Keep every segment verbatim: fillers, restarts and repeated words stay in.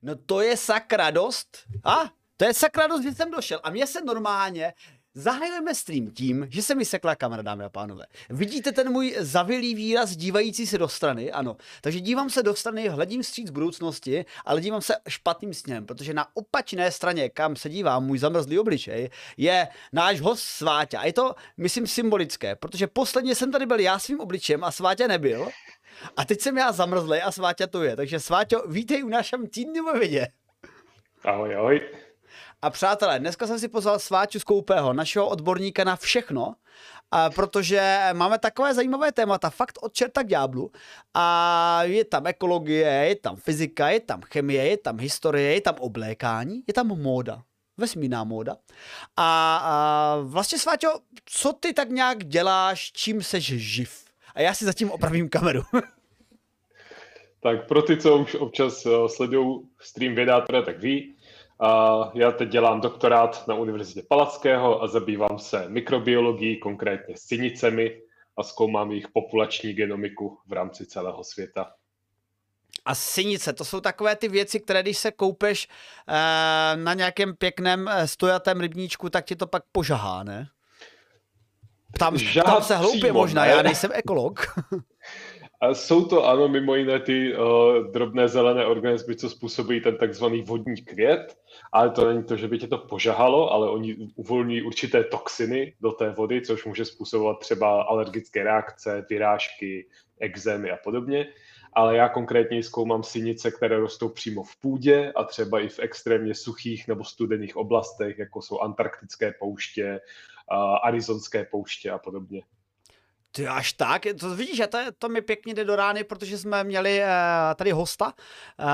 No to je sakra dost. A, to je sakra dost, že jsem došel. A mě se normálně... Zahajujeme stream tím, že se mi sekla kamera, dámy a pánové. Vidíte ten můj zavilý výraz dívající se do strany? Ano. Takže dívám se do strany, hledím vstříc budoucnosti, ale dívám se špatným směrem, protože na opačné straně, kam se dívám, můj zamrzlý obličej, je náš host Sváťa. A je to, myslím, symbolické, protože posledně jsem tady byl já svým obličem a Sváťa nebyl. A teď jsem já zamrzlej a Sváťa tu je. Takže Sváťo, vítej u našem týdnu vidě. Ahoj, ahoj. A přátelé, dneska jsem si pozval Sváťu Skoupého, našeho odborníka na všechno, a protože máme takové zajímavé témata, fakt od čerta k ďáblu. A je tam ekologie, je tam fyzika, je tam chemie, je tam historie, je tam oblékání, je tam móda, vesmírná móda. A, a vlastně, Sváťo, co ty tak nějak děláš, čím seš živ? A já si zatím opravím kameru. Tak pro ty, co už občas sledují stream Vědátora, tak ví. A já teď dělám doktorát na Univerzitě Palackého a zabývám se mikrobiologií, konkrétně sinicemi a zkoumám jejich populační genomiku v rámci celého světa. A sinice, to jsou takové ty věci, které když se koupeš eh, na nějakém pěkném stojatém rybníčku, tak ti to pak požahá, ne? Tam, tam se hloupě možná, ne? Já nejsem ekolog. A jsou to, ano, mimo jiné ty uh, drobné zelené organismy, co způsobují ten takzvaný vodní květ, ale to není to, že by tě to požahalo, ale oni uvolňují určité toxiny do té vody, což může způsobovat třeba alergické reakce, vyrážky, ekzémy a podobně. Ale já konkrétně zkoumám sinice, které rostou přímo v půdě a třeba i v extrémně suchých nebo studených oblastech, jako jsou antarktické pouště, uh, arizonské pouště a podobně. Ty až tak, to vidíš, že to, to mi pěkně jde do rány, protože jsme měli uh, tady hosta, uh,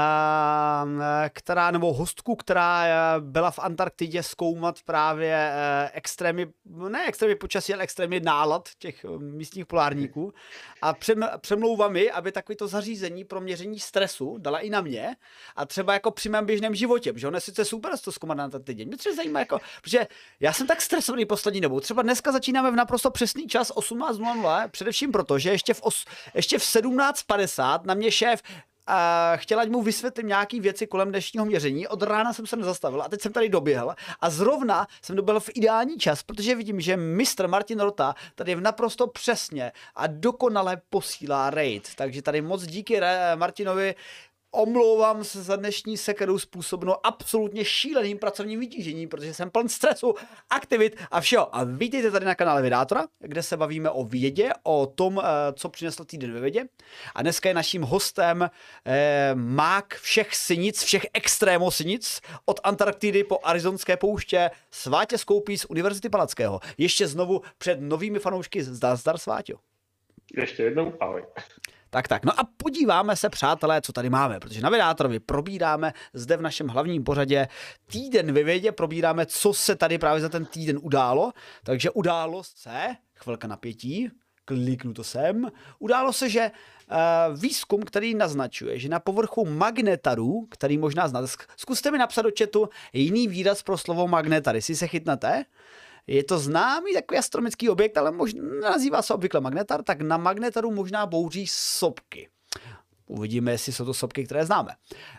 která, nebo hostku, která uh, byla v Antarktidě zkoumat právě uh, extrémy, ne extrémy počasí, ale extrémy nálad těch uh, místních polárníků a přem, přemlouvá mi, aby takovéto zařízení pro měření stresu dala i na mě a třeba jako při mém běžném životě, protože on je sice super to zkoumat na Antarktidě. Mě třeba zajímá, jako, protože já jsem tak stresovaný poslední dobou, třeba dneska začínáme v naprosto přesný čas osmnáct nula nula, především proto, že ještě v, os, ještě v sedmnáct padesát na mě šéf uh, chtěl, ať mu vysvětlím nějaký věci kolem dnešního měření. Od rána jsem se nezastavil a teď jsem tady doběhl a zrovna jsem doběhl v ideální čas, protože vidím, že mistr Martin Rota tady v naprosto přesně a dokonale posílá raid. Takže tady moc díky Martinovi. Omlouvám se za dnešní sekeru způsobenou absolutně šíleným pracovním vytížením, protože jsem pln stresu, aktivit a všeho. A vítejte tady na kanále Vědátora, kde se bavíme o vědě, o tom, co přinesl týden ve vědě. A dneska je naším hostem eh, mák všech sinic, všech extrémosinic, od Antarktidy po arizonské pouště, Sváťa Skoupý z Univerzity Palackého. Ještě znovu před novými fanoušky zdar, zdar Sváťo. Ještě jednou, ahoj. Tak, tak. No a podíváme se, přátelé, co tady máme, protože na Vědátorovi probíráme zde v našem hlavním pořadě týden ve vědě, probíráme, co se tady právě za ten týden událo. Takže událo se, chvilka napětí, kliknu to sem, událo se, že uh, výzkum, který naznačuje, že na povrchu magnetarů, který možná znáte, zkuste mi napsat do chatu jiný výraz pro slovo magnetar, jestli se chytnete. Je to známý takový astronomický objekt, ale možná nazývá se obvykle magnetar, tak na magnetaru možná bouří sopky. Uvidíme, jestli jsou to sopky, které známe.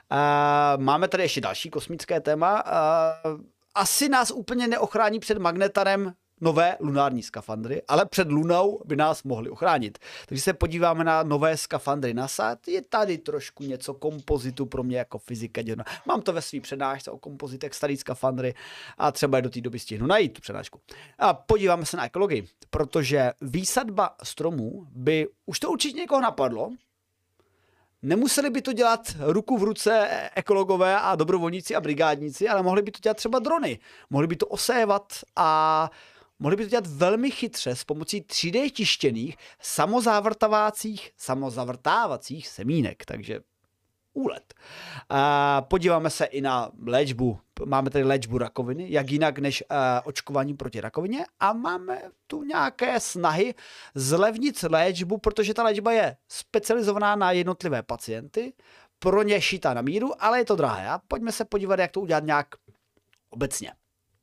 Uh, máme tady ještě další kosmické téma. Uh, asi nás úplně neochrání před magnetarem nové lunární skafandry, ale před lunou by nás mohli ochránit. Takže se podíváme na nové skafandry NASA. Je tady trošku něco kompozitu pro mě jako fyzika. Dělna. Mám to ve svý přednášce o kompozitech starý skafandry a třeba je do té doby stihnu najít tu přednášku. A podíváme se na ekologii, protože výsadba stromů by, už to určitě někoho napadlo, nemuseli by to dělat ruku v ruce ekologové a dobrovolníci a brigádníci, ale mohli by to dělat třeba drony. Mohli by to osévat a mohli by to dělat velmi chytře s pomocí tři dé tištěných samozavrtávacích, samozavrtávacích semínek, takže úlet. A podíváme se i na léčbu. Máme tady léčbu rakoviny, jak jinak než uh, očkování proti rakovině a máme tu nějaké snahy zlevnit léčbu, protože ta léčba je specializovaná na jednotlivé pacienty, pro ně šitá na míru, ale je to drahé. A pojďme se podívat, jak to udělat nějak obecně.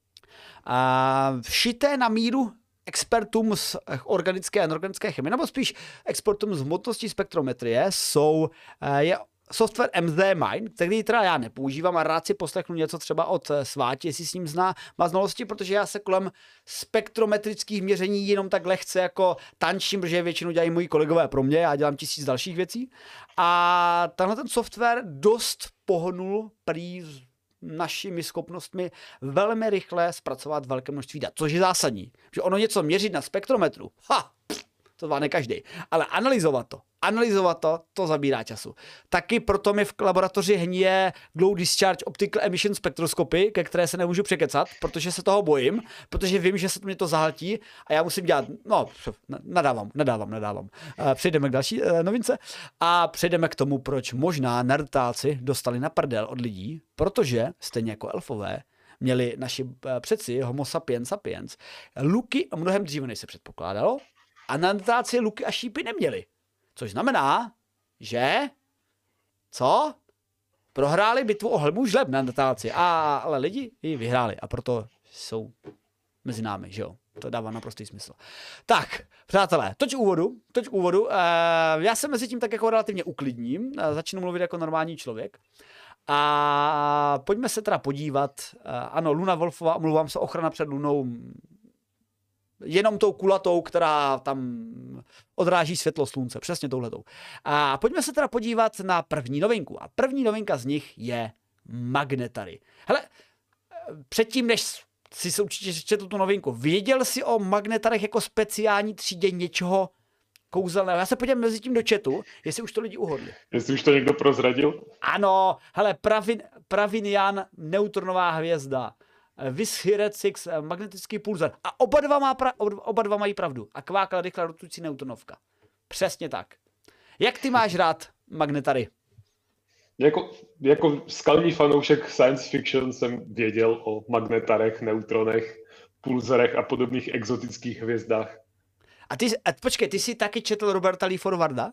Uh, šité na míru expertům z organické a neorganické chemie, nebo spíš expertům z hmotnosti spektrometrie, jsou, je software M Z Mind, který teda já nepoužívám a rád si poslechnu něco třeba od Sváti, jestli s ním zná, má znalosti, protože já se kolem spektrometrických měření jenom tak lehce jako tančím, protože většinou dělají moji kolegové pro mě, já dělám tisíc dalších věcí. A tenhle ten software dost pohnul prý našimi schopnostmi velmi rychle zpracovat velké množství dat, což je zásadní. Že ono něco měřit na spektrometru, ha, to zvládne každý. Ale analyzovat to, analyzovat to, to zabírá času. Taky proto mi v laboratoři hníje Glow Discharge Optical Emission Spectroscopy, ke které se nemůžu překecat, protože se toho bojím, protože vím, že se mě to zahltí a já musím dělat, no, nadávám, nadávám, nadávám. Přejdeme k další novince a přejdeme k tomu, proč možná nerdtáci dostali na prdel od lidí, protože stejně jako elfové měli naši předci, Homo sapiens sapiens, luky mnohem dříve, než se předpokládalo, a nerdtáci luky a šípy neměli. Což znamená, že co? Prohráli bitvu o helmu žleb nerdtáci, a ale lidi ji vyhráli a proto jsou mezi námi, že jo? To dává naprostý smysl. Tak, přátelé, toť úvodu, toť úvodu. E, já se mezi tím tak jako relativně uklidním, e, začnu mluvit jako normální člověk. A pojďme se teda podívat. E, ano, Luna Wolfová, omlouvám se, ochrana před lunou, jenom tou kulatou, která tam odráží světlo slunce, přesně touhletou. A pojďme se teda podívat na první novinku. A první novinka z nich je Magnetary. Hele, předtím, než si se určitě četl tu novinku, věděl jsi o Magnetarech jako speciální třídě něčeho kouzelného? Já se podívám mezi tím do chatu, jestli už to lidi uhodli. Jestli už to někdo prozradil? Ano, hele, Pravin, Pravinian, neutronová hvězda. Vishiret six, magnetický pulzar. A oba dva, má pra, oba dva mají pravdu. A kvákla rychle rotující neutronovka. Přesně tak. Jak ty máš rád Magnetary? Jako, jako skalní fanoušek science fiction jsem věděl o magnetarech, neutronech, pulzarech a podobných exotických hvězdách. A ty, a počkej, ty jsi taky četl Roberta Lee Forwarda?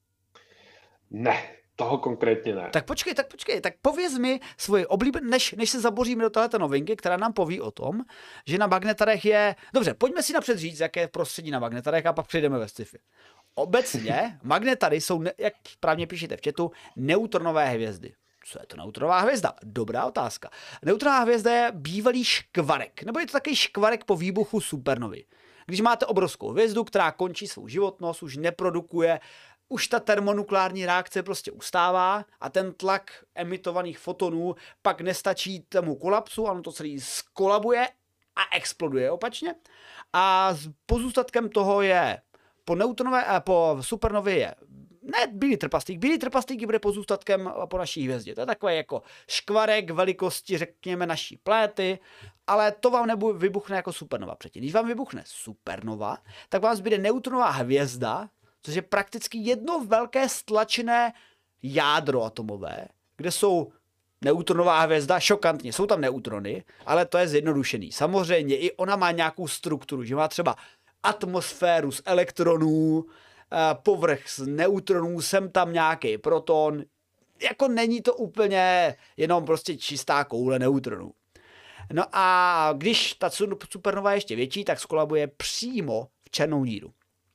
Ne. Toho konkrétně ne. Tak počkej, tak počkej, tak pověz mi svoje oblíbené, než, než se zaboříme do této novinky, která nám poví o tom, že na magnetarech je... Dobře, pojďme si napřed říct, jaké je prostředí na magnetarech a pak přejdeme ve sci-fi. Obecně magnetary jsou, jak správně píšete v chatu, neutronové hvězdy. Co je to neutronová hvězda? Dobrá otázka. Neutronová hvězda je bývalý škvarek, nebo je to takový škvarek po výbuchu supernovy. Když máte obrovskou hvězdu, která končí svou životnost, už neprodukuje, už ta termonuklární reakce prostě ustává a ten tlak emitovaných fotonů pak nestačí tomu kolapsu, ono to celý skolabuje a exploduje opačně. A s pozůstatkem toho je po neutronové, po supernově je ne bílý trpaslík, bílý trpaslík bude pozůstatkem po naší hvězdě. To je takový jako škvarek velikosti, řekněme, naší pléty, ale to vám nebude vybuchne jako supernova předtím. Když vám vybuchne supernova, tak vám zbyde neutronová hvězda, což je prakticky jedno velké stlačené jádro atomové, kde jsou neutronová hvězda, šokantně, jsou tam neutrony, ale to je zjednodušený. Samozřejmě i ona má nějakou strukturu, že má třeba atmosféru z elektronů, povrch z neutronů, sem tam nějaký proton. Jako není to úplně jenom prostě čistá koule neutronů. No a když ta supernova je ještě větší, tak skolabuje přímo v černou díru.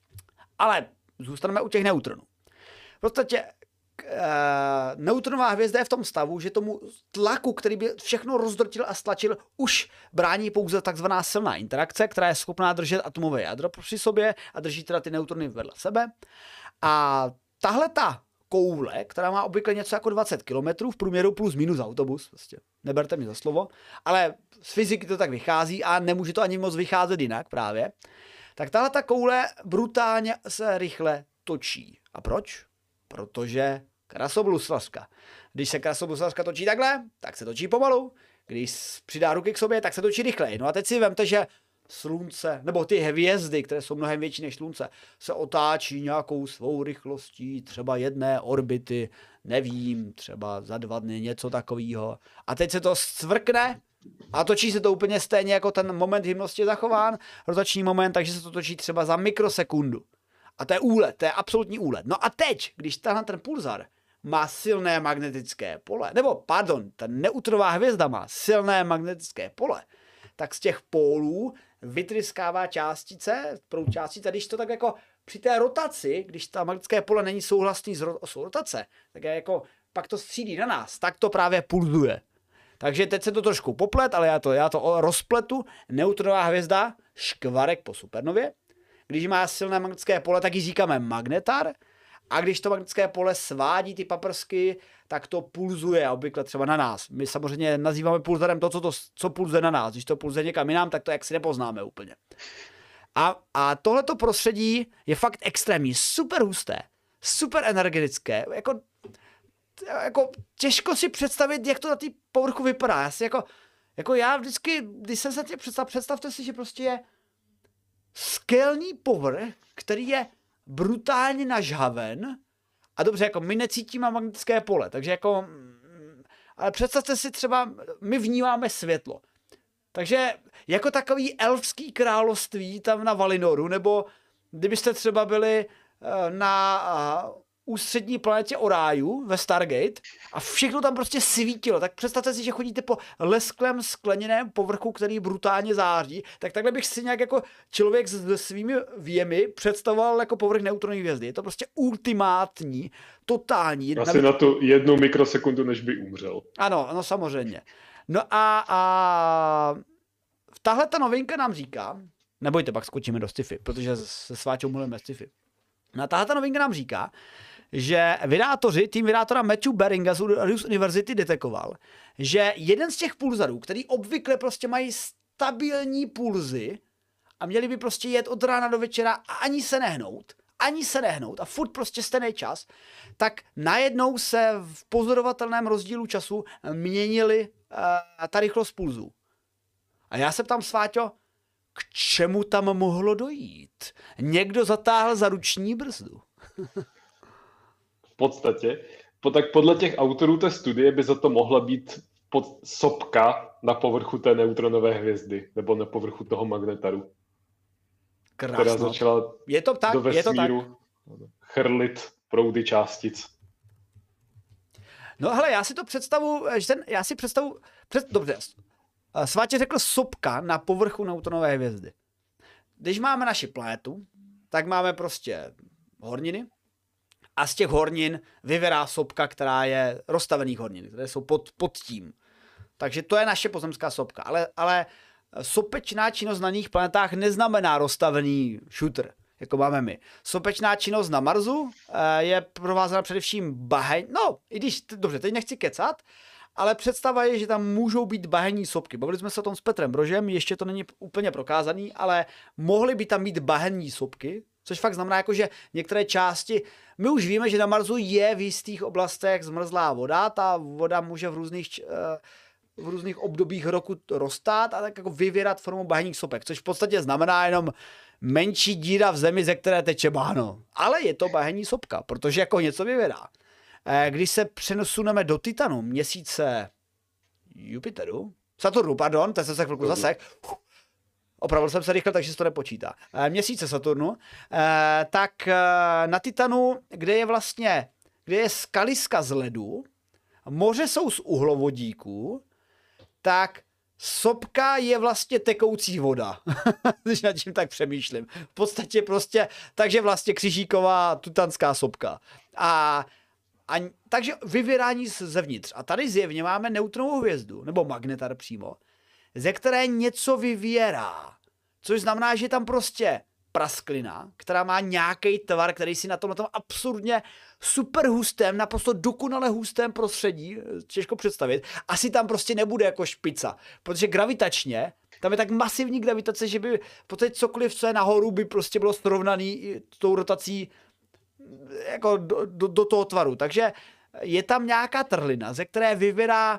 Ale zůstaneme u těch neutronů. V podstatě e, neutronová hvězda je v tom stavu, že tomu tlaku, který by všechno rozdrtil a stlačil, už brání pouze takzvaná silná interakce, která je schopná držet atomové jádro při sobě a drží teda ty neutrony vedle sebe. A tahle ta koule, která má obvykle něco jako dvacet kilometrů, v průměru plus minus autobus, prostě neberte mi za slovo, ale z fyziky to tak vychází a nemůže to ani moc vycházet jinak právě, tak tahle ta koule brutálně se rychle točí. A proč? Protože krasobruslařka. Když se krasobruslařka točí takhle, tak se točí pomalu. Když přidá ruky k sobě, tak se točí rychleji. No a teď si vemte, že slunce, nebo ty hvězdy, které jsou mnohem větší než slunce, se otáčí nějakou svou rychlostí, třeba jedné orbity, nevím, třeba za dva dny, něco takového. A teď se to scvrkne a točí se to úplně stejně, jako ten moment hybnosti je zachován, rotační moment, takže se to točí třeba za mikrosekundu. A to je úlet, to je absolutní úlet. No a teď, když tenhle ten pulzar má silné magnetické pole, nebo pardon, ta neutronová hvězda má silné magnetické pole, tak z těch pólů vytryskává částice, proud částice, když to tak jako při té rotaci, když ta magnetické pole není souhlasný s rotace, tak je jako pak to střídí na nás, tak to právě pulzuje. Takže teď se to trošku poplet, ale já to, já to rozpletu. Neutronová hvězda, škvarek po supernově. Když má silné magnetické pole, tak ji říkáme magnetar. A když to magnetické pole svádí ty paprsky, tak to pulzuje obvykle třeba na nás. My samozřejmě nazýváme pulzarem to, co, to, co pulzuje na nás. Když to pulzuje někam jinam, tak to jaksi nepoznáme úplně. A, a tohleto prostředí je fakt extrémní, super husté, super energetické, jako, jako těžko si představit, jak to na té povrchu vypadá. Já si jako, jako já vždycky, když jsem se tě představ, představte si, že prostě je skelný povrch, který je brutálně nažhaven a dobře, jako my necítíme magnetické pole, takže jako, ale představte si třeba, my vnímáme světlo. Takže jako takový elfský království tam na Valinoru, nebo kdybyste třeba byli na ústřední planetě Oráju ve Stargate a všechno tam prostě svítilo, tak představte si, že chodíte po lesklém skleněném povrchu, který brutálně září, tak takhle bych si nějak jako člověk se svými věmi představoval jako povrch neutronové hvězdy. Je to prostě ultimátní, totální. Asi na, na tu jednu mikrosekundu, než by umřel. Ano, ano, samozřejmě. No a, a tahle ta novinka nám říká, nebojte, pak skočíme do sci-fi, protože se s Váčou mluvíme sci-fi. No a tahle ta novinka nám říká, že vydátoři, tým vydátora Matthew Beringa z univerzity detekoval, že jeden z těch pulzarů, který obvykle prostě mají stabilní pulzy a měli by prostě jet od rána do večera a ani se nehnout, ani se nehnout a furt prostě stejný čas, tak najednou se v pozorovatelném rozdílu času měnili uh, ta rychlost pulzů. A já se ptám, Sváťo, k čemu tam mohlo dojít? Někdo zatáhl za ruční brzdu. V podstatě. Po, tak podle těch autorů té studie by za to mohla být pod sopka na povrchu té neutronové hvězdy, nebo na povrchu toho magnetaru. Krásno. Která začala je to tak, do vesmíru je to tak. chrlit proudy částic. No hele, já si to představu, že ten, já si představu, před, dobře, Sváťa řekl sopka na povrchu neutronové hvězdy. Když máme naši planetu, tak máme prostě horniny a z těch hornin vyvěrá sopka, která je rozstavených hornin, které jsou pod, pod tím. Takže to je naše pozemská sopka. Ale, ale sopečná činnost na jiných planetách neznamená rozstavený šutr, jako máme my. Sopečná činnost na Marsu je provázena především baheň. No, i když, dobře, teď nechci kecat, ale představa je, že tam můžou být bahenní sopky. Bavili jsme se o tom s Petrem Brožem, ještě to není úplně prokázaný, ale mohly by tam být bahenní sopky, což fakt znamená, jako, že některé části, my už víme, že na Marsu je v jistých oblastech zmrzlá voda, ta voda může v různých, v různých obdobích roku roztát a tak jako vyvěrat formou bahenních sopek, což v podstatě znamená jenom menší díra v zemi, ze které teče bahno. Ale je to bahenní sopka, protože jako něco vyvěrá. Když se přesuneme do Titanu, měsíce Jupiteru, Saturnu, pardon, teď jsem se chvilku zasek, opravil jsem se rychle, takže se to nepočítá. Měsíce Saturnu, tak na Titanu, kde je vlastně, kde je skaliska z ledu, moře jsou z uhlovodíků, tak sopka je vlastně tekoucí voda, když nad tím tak přemýšlím. V podstatě prostě, takže vlastně křižíková tutanská sopka. A A, takže vyvěrání zevnitř. A tady zjevně máme neutronovou hvězdu, nebo magnetar přímo, ze které něco vyvěrá. Což znamená, že je tam prostě prasklina, která má nějaký tvar, který si na tom, na tom absurdně super hustém, naprosto dokonale hustém prostředí, těžko představit, asi tam prostě nebude jako špica, protože gravitačně, tam je tak masivní gravitace, že by poté cokoliv, co je nahoru, by prostě bylo srovnaný tou rotací jako do, do, do toho tvaru. Takže je tam nějaká trhlina, ze které vyvěrá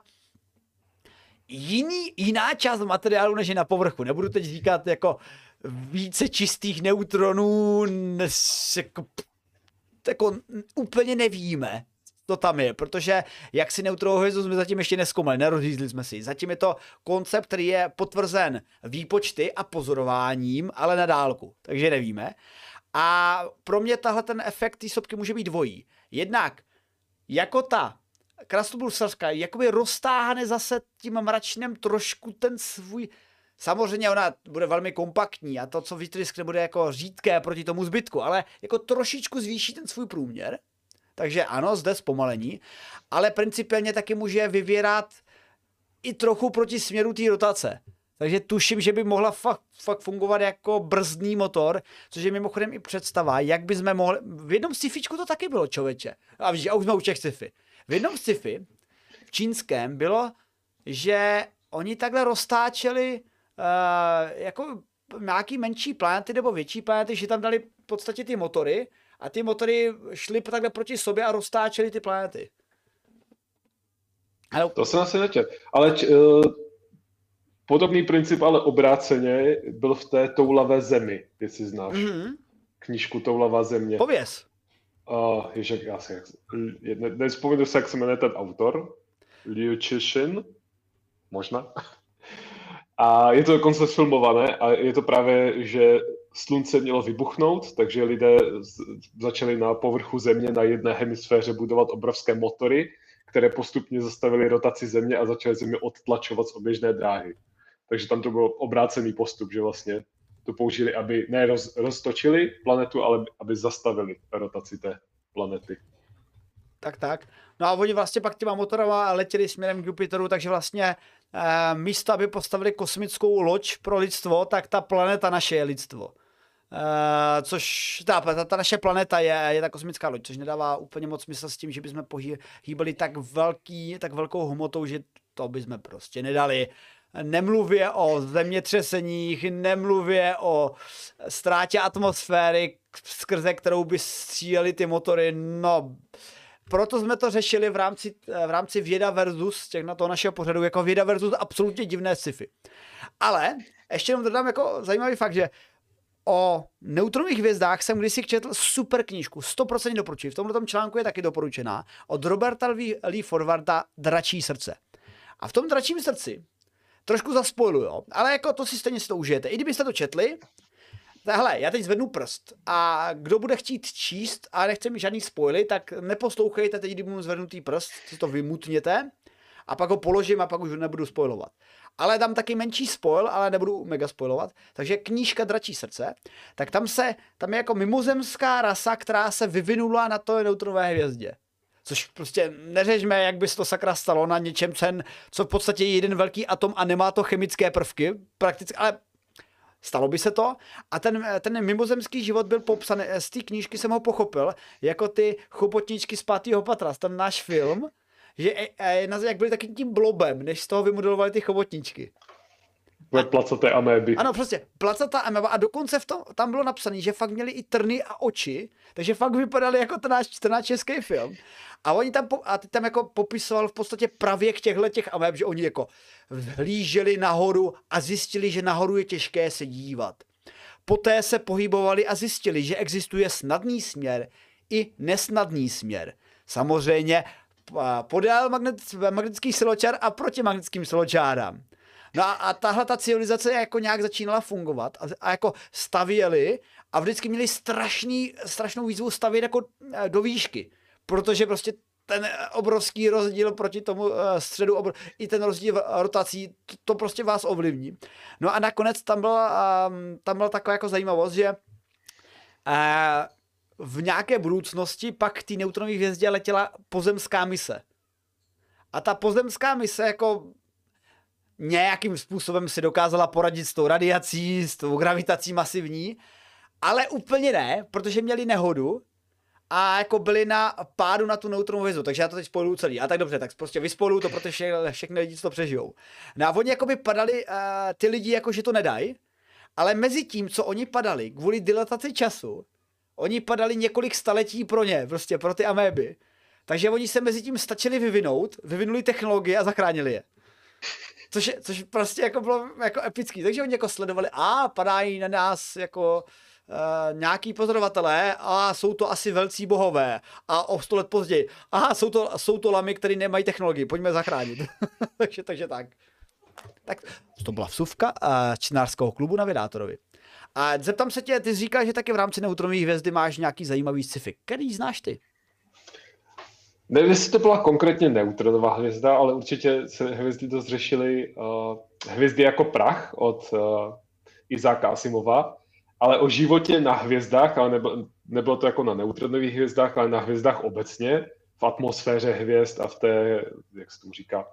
jiný, jiná část materiálu, než je na povrchu. Nebudu teď říkat jako více čistých neutronů, než jako, jako úplně nevíme, co tam je, protože jak si neutronovou hvězdu jsme zatím ještě nezkoumali, nerozřízli jsme si. Zatím je to koncept, který je potvrzen výpočty a pozorováním, ale na dálku, takže nevíme. A pro mě tahle ten efekt té sopky může být dvojí. Jednak jako ta krastopulsařka jakoby roztáhne zase tím mračnem trošku ten svůj, samozřejmě ona bude velmi kompaktní a to, co vytryskne, bude jako řídké proti tomu zbytku, ale jako trošičku zvýší ten svůj průměr, takže ano, zde zpomalení, ale principiálně taky může vyvěrat i trochu proti směru té rotace. Takže tuším, že by mohla fakt, fakt fungovat jako brzdný motor, což je mimochodem i představa, jak bychom mohli... V jednom sci-fičku to taky bylo, člověče. A víš, a už jsme u těch sci-fi. V jednom sci-fi, v čínském, bylo, že oni takhle roztáčeli uh, jako nějaký menší planety nebo větší planety, že tam dali v podstatě ty motory a ty motory šly takhle proti sobě a roztáčeli ty planety. Ale... To jsem asi nečetl. Ale č, uh, podobný princip, ale obráceně, byl v té Toulavé zemi, jestli znáš. Mm-hmm. Knížku Toulavá země. Pověz. Uh, ježek, já si, ne, nevzpomínám se, jak se jmenuje ten autor. Liu Cixin, možná. A je to dokonce filmované a je to právě, že slunce mělo vybuchnout, takže lidé začali na povrchu země na jedné hemisféře budovat obrovské motory, které postupně zastavily rotaci země a začaly země odtlačovat z oběžné dráhy. Takže tam to byl obrácený postup, že vlastně to použili, aby ne roz, roztočili planetu, ale aby zastavili rotaci té planety. Tak, tak. No a oni vlastně pak těma motorama letěli směrem k Jupiteru, takže vlastně eh, místo, aby postavili kosmickou loď pro lidstvo, tak ta planeta naše je lidstvo. Eh, což ta, ta, ta naše planeta je, je ta kosmická loď, což nedává úplně moc smysl s tím, že bychom pohýbali tak velký, tak velkou hmotou, že to bychom prostě nedali. Nemluvě o zemětřeseních, nemluvě o ztrátě atmosféry, skrze kterou by střílely ty motory, no... Proto jsme to řešili v rámci, v rámci věda versus těch na toho našeho pořadu, jako věda versus absolutně divné sci-fi. Ale ještě jenom dodám jako zajímavý fakt, že o neutronových hvězdách jsem kdysi četl super knížku, sto procent doporučuji, v tomhle článku je taky doporučená, od Roberta Lee Forwarda Dračí srdce. A v tom Dračím srdci, trošku zaspoiluju, jo, ale jako to si stejně si to užijete. I kdybyste to četli, hele, já teď zvednu prst a kdo bude chtít číst a nechce mi žádný spoily, tak neposlouchejte teď, kdy budu zvednutý prst, si to vymutněte a pak ho položím a pak už nebudu spoilovat. Ale dám taky menší spoil, ale nebudu mega spoilovat. Takže knížka Dračí srdce, tak tam se, tam je jako mimozemská rasa, která se vyvinula na té neutronové hvězdě. Což prostě neřešme, jak by se to sakra stalo na něčem, co v podstatě je jeden velký atom a nemá to chemické prvky, prakticky, ale stalo by se to a ten, ten mimozemský život byl popsaný, z té knížky jsem ho pochopil, jako ty chobotničky z pátého patra, ten náš film, že jak byli taky tím blobem, než z toho vymodelovali ty chobotničky. Bude placaté améby. Ano, prostě, placatá améba a dokonce v tom, tam bylo napsané, že fakt měli i trny a oči, takže fakt vypadali jako ten náš, ten náš český film. A oni tam, a ty tam jako popisoval v podstatě pravěk těchto těch améb, že oni jako vhlíželi nahoru a zjistili, že nahoru je těžké se dívat. Poté se pohybovali a zjistili, že existuje snadný směr i nesnadný směr. Samozřejmě podél magnet, magnetický siločár a proti magnetickým siločárám. No a, a tahle ta civilizace jako nějak začínala fungovat a, a jako stavěli a vždycky měli strašný, strašnou výzvu stavět jako do výšky, protože prostě ten obrovský rozdíl proti tomu uh, středu, obr- i ten rozdíl rotací, to, to prostě vás ovlivní. No a nakonec tam byla, um, tam byla taková jako zajímavost, že uh, v nějaké budoucnosti pak k té neutronové hvězdě letěla pozemská mise. A ta pozemská mise jako nějakým způsobem si dokázala poradit s tou radiací, s tou gravitací masivní, ale úplně ne, protože měli nehodu a jako byli na pádu na tu neutronovou hvězdu, takže já to teď spojuju celý. A tak dobře, tak prostě vyspojuju to, protože vše, všechny lidi to přežijou. No a oni jako by padali, uh, ty lidi jako, že to nedají, ale mezi tím, co oni padali, kvůli dilataci času, oni padali několik staletí pro ně, prostě pro ty améby. Takže oni se mezi tím stačili vyvinout, vyvinuli technologie a zachránili je. Což, což prostě jako bylo jako epický. Takže oni jako sledovali, a padají na nás jako uh, nějaký pozorovatelé a jsou to asi velcí bohové. A o sto let později, aha, jsou to, jsou to lamy, které nemají technologii, pojďme zachránit. takže, takže tak. Tak to byla vsuvka uh, čtenářského klubu na Vědátorovi. A zeptám se tě, ty jsi říkal, že taky v rámci neutronové hvězdy máš nějaký zajímavý sci-fi. Který znáš ty? Nevím, jestli to byla konkrétně neutronová hvězda, ale určitě se hvězdy dost řešily uh, hvězdy jako prach od uh, Izáka Asimova, ale o životě na hvězdách, ale nebo nebylo to jako na neutronových hvězdách, ale na hvězdách obecně, v atmosféře hvězd a v té, jak se tomu říká,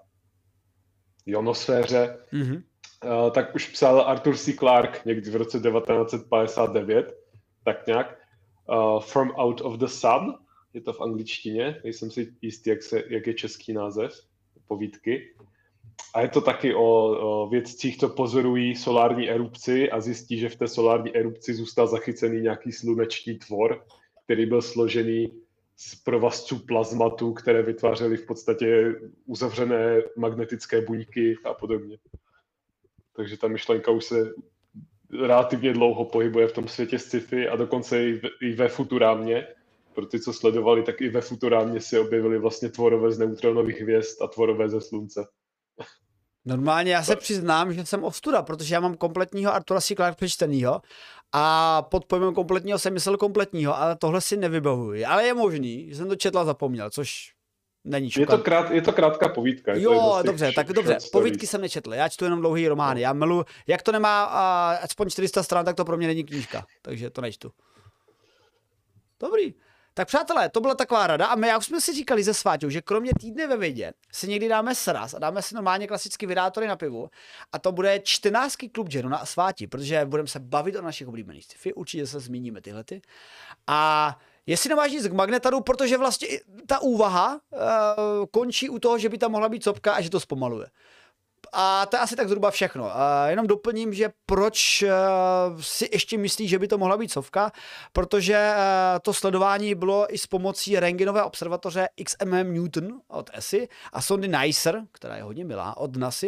ionosféře, mm-hmm. uh, tak už psal Arthur C. Clarke někdy v roce devatenáct set padesát devět, tak nějak, uh, From Out of the Sun, je to v angličtině, nejsem si jistý, jak, se, jak je český název povídky. A je to taky o, o vědcích, co pozorují solární erupci a zjistí, že v té solární erupci zůstal zachycený nějaký sluneční tvor, který byl složený z provazců plazmatu, které vytvářely v podstatě uzavřené magnetické buňky a podobně. Takže ta myšlenka už se relativně dlouho pohybuje v tom světě sci-fi a dokonce i, v, i ve Futurámě. Pro ty, co sledovali, tak i ve Futurámě se objevily vlastně tvorové z neutronových hvězd a tvorové ze slunce. Normálně já se přiznám, že jsem ostuda, protože já mám kompletního Artura C. Clarke přečtenýho a pod pojmem kompletního jsem myslel kompletního, ale tohle si nevybavuji. Ale je možný, že jsem to četl a zapomněl, což není šokant. Je to, krát, je to krátká povídka. Je jo, to dobře, tak dobře, povídky jsem nečetl, já čtu jenom dlouhý romány. Já milu, jak to nemá uh, aspoň čtyři sta stran, tak to pro mě není knížka, takže to nečtu. Dobrý. Tak přátelé, to byla taková rada a my já už jsme si říkali ze Sváťou, že kromě týdne ve vědě si někdy dáme sraz a dáme si normálně klasicky vydátory na pivu a to bude čtenářský klub Jenu na Sváti, protože budeme se bavit o našich oblíbených sci-fi, určitě se zmíníme tyhlety. A jestli nemáš nic k Magnetaru, protože vlastně ta úvaha uh, končí u toho, že by tam mohla být sopka a že to zpomaluje. A to je asi tak zhruba všechno. Uh, jenom doplním, že proč uh, si ještě myslí, že by to mohla být sovka, protože uh, to sledování bylo i s pomocí rentgenové observatoře X M M Newton od E S I a sondy NICER, která je hodně milá, od NASA.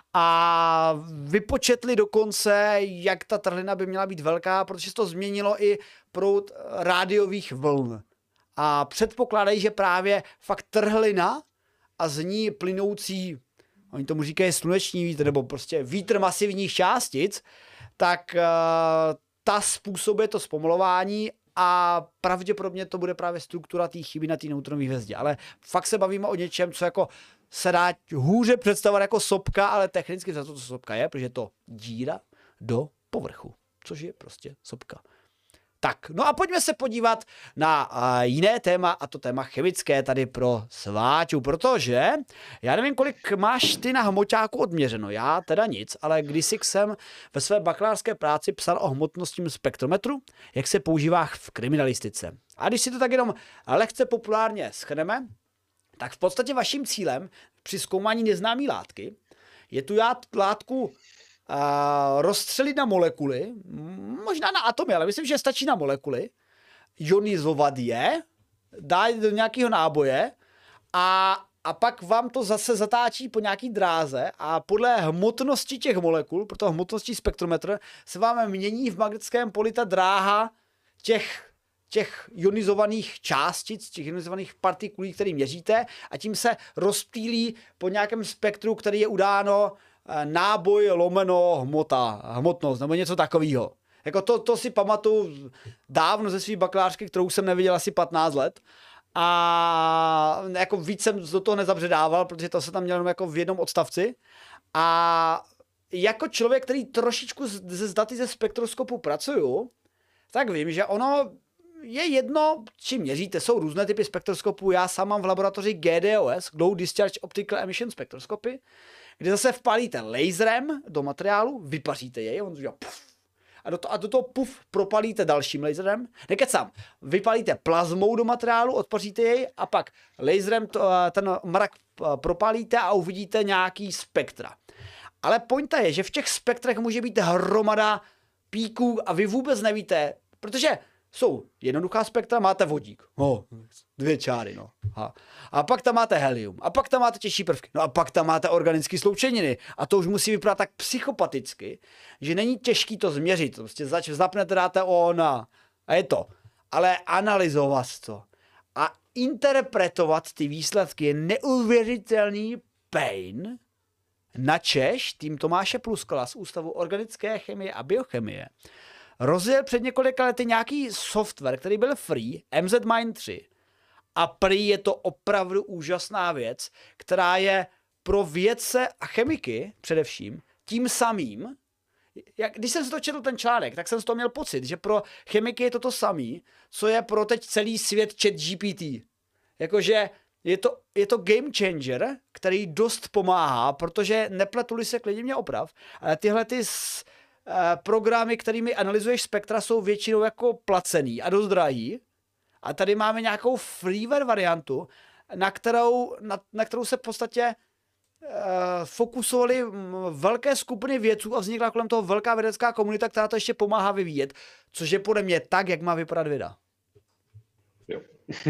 A vypočetli dokonce, jak ta trhlina by měla být velká, protože se to změnilo i proud rádiových vln. A předpokládají, že právě fakt trhlina a z ní plynoucí, oni tomu říkají sluneční vítr, nebo prostě vítr masivních částic, tak uh, ta způsobuje to zpomalování a pravděpodobně to bude právě struktura té chyby na té neutronové hvězdě. Ale fakt se bavíme o něčem, co jako se dá hůře představovat jako sopka, ale technicky za to, co sopka je, protože je to díra do povrchu, což je prostě sopka. Tak, no a pojďme se podívat na uh, jiné téma, a to téma chemické tady pro Sváťu, protože já nevím, kolik máš ty na hmoťáku odměřeno, já teda nic, ale kdysi jsem ve své bakalářské práci psal o hmotnostním spektrometru, jak se používá v kriminalistice. A když si to tak jenom lehce populárně shrneme, tak v podstatě vaším cílem při zkoumání neznámé látky je tu látku Uh, rozstřelit na molekuly, možná na atomy, ale myslím, že stačí na molekuly, ionizovat je, dát do nějakého náboje a, a pak vám to zase zatáčí po nějaký dráze a podle hmotnosti těch molekul, proto hmotnostní spektrometr, se vám mění v magnetickém poli ta dráha těch, těch ionizovaných částic, těch ionizovaných partikulí, které měříte a tím se rozptýlí po nějakém spektru, který je udáno náboj lomeno hmota, hmotnost, nebo něco takového. Jako to, to si pamatuju dávno ze své bakalářky, kterou jsem neviděl asi patnáct let. A jako víc jsem do toho nezabředával, protože to se tam mělo jako v jednom odstavci. A jako člověk, který trošičku ze daty ze spektroskopu pracuju, tak vím, že ono je jedno, čím měříte. Jsou různé typy spektroskopů. Já sám mám v laboratoři G D O S, Glow Discharge Optical Emission Spektroskopy, kde zase vpálíte laserem do materiálu, vypaříte jej, on udělá puf, a do, to, a do toho puf propalíte dalším laserem, nekecám, vypálíte plazmou do materiálu, odpaříte jej a pak laserem to, ten mrak propalíte a uvidíte nějaký spektra. Ale pointa je, že v těch spektrech může být hromada píků a vy vůbec nevíte, protože jsou jednoduchá spektra, máte vodík. Oh, dvě čáry, no. A, a pak tam máte helium. A pak tam máte těžší prvky. No a pak tam máte organické sloučeniny. A to už musí vypadat tak psychopaticky, že není těžký to změřit. Prostě zač, zapnete, dáte on a, a je to. Ale analyzovat to a interpretovat ty výsledky je neuvěřitelný pain. Načež tým Tomáše Pluskala z Ústavu organické chemie a biochemie rozjel před několika lety nějaký software, který byl free, M Z Mine tři. A prý je to opravdu úžasná věc, která je pro vědce a chemiky především tím samým, jak, když jsem si to četl ten článek, tak jsem z toho měl pocit, že pro chemiky je to to samý, co je pro teď celý svět ChatGPT. Jakože je to, je to game changer, který dost pomáhá, protože nepletuli se, klidně mě oprav, ale tyhle ty s, uh, programy, kterými analyzuješ spektra, jsou většinou jako placený a dost drahý. A tady máme nějakou freeware variantu, na kterou, na, na kterou se v podstatě uh, fokusovali velké skupiny vědců a vznikla kolem toho velká vědecká komunita, která to ještě pomáhá vyvíjet, což je podle mě tak, jak má vypadat věda. Jo.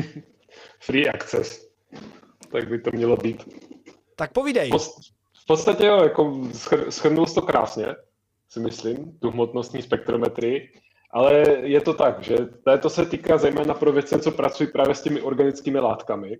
Free access. Tak by to mělo být. Tak povídej. V podstatě jo, jako shrnul jsi to krásně, si myslím, tu hmotnostní spektrometrii, ale je to tak, že to se týká zejména pro vědce, co pracují právě s těmi organickými látkami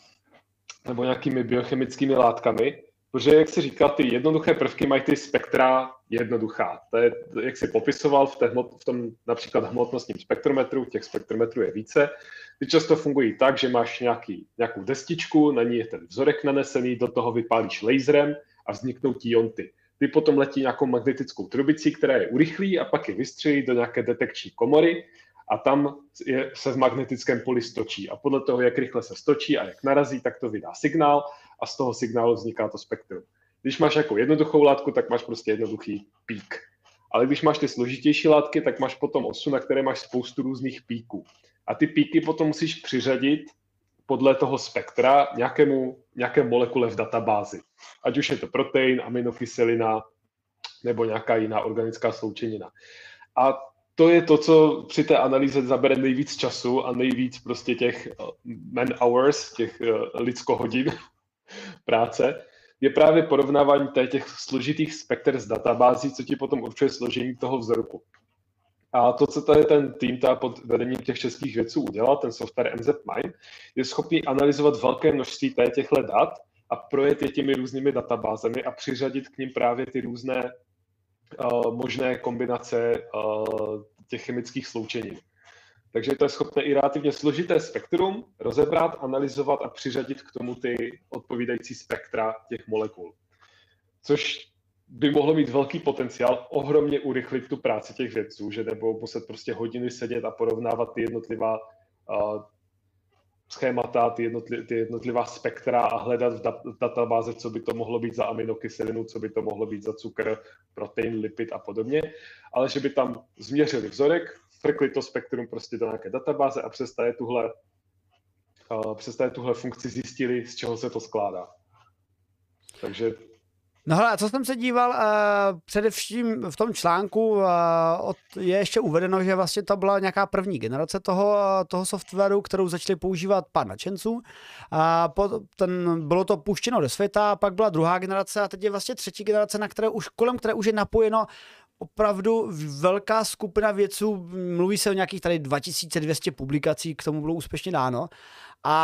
nebo nějakými biochemickými látkami, protože, jak jsi říkal, ty jednoduché prvky mají ty spektra jednoduchá. To je, jak jsi popisoval v, té, v tom například hmotnostním spektrometru, těch spektrometrů je více. Ty často fungují tak, že máš nějaký, nějakou destičku, na ní je ten vzorek nanesený, do toho vypálíš laserem a vzniknou ti ionty. Ty potom letí nějakou magnetickou trubicí, která je urychlí a pak je vystřelí do nějaké detekční komory a tam je, se v magnetickém poli stočí. A podle toho, jak rychle se stočí a jak narazí, tak to vydá signál a z toho signálu vzniká to spektrum. Když máš jako jednoduchou látku, tak máš prostě jednoduchý pík. Ale když máš ty složitější látky, tak máš potom osu, na které máš spoustu různých píků. A ty píky potom musíš přiřadit podle toho spektra nějakému, nějaké molekule v databázi. Ať už je to protein, aminokyselina nebo nějaká jiná organická sloučenina. A to je to, co při té analýze zabere nejvíc času a nejvíc prostě těch man hours, těch lidskohodin práce, je právě porovnávání těch složitých spektr z databází, co ti potom určuje složení toho vzorku. A to, co tady ten tým pod vedením těch českých vědců udělal, ten software M Z Mine, je schopný analyzovat velké množství těchto dat a projet je těmi různými databázemi a přiřadit k nim právě ty různé uh, možné kombinace uh, těch chemických sloučenin. Takže to je schopné i relativně složité spektrum rozebrat, analyzovat a přiřadit k tomu ty odpovídající spektra těch molekul. Což by mohlo mít velký potenciál ohromně urychlit tu práci těch vědců, že nebudou muset prostě hodiny sedět a porovnávat ty jednotlivá uh, schémata, ty, jednotli, ty jednotlivá spektra a hledat v, dat, v databáze, co by to mohlo být za aminokyselinu, co by to mohlo být za cukr, protein, lipid a podobně, ale že by tam změřili vzorek, frkli to spektrum prostě do nějaké databáze a přes tady tuhle, uh, přes tady tuhle funkci zjistili, z čeho se to skládá. Takže no hele, co jsem se díval, uh, především v tom článku uh, od, je ještě uvedeno, že vlastně to byla nějaká první generace toho, toho softwaru, kterou začali používat pár nadšenců. A uh, ten, bylo to puštěno do světa, pak byla druhá generace a teď je vlastně třetí generace, na které už, kolem které už je napojeno opravdu velká skupina vědců, mluví se o nějakých tady dva tisíce dvě stě publikací, k tomu bylo úspěšně dáno. A,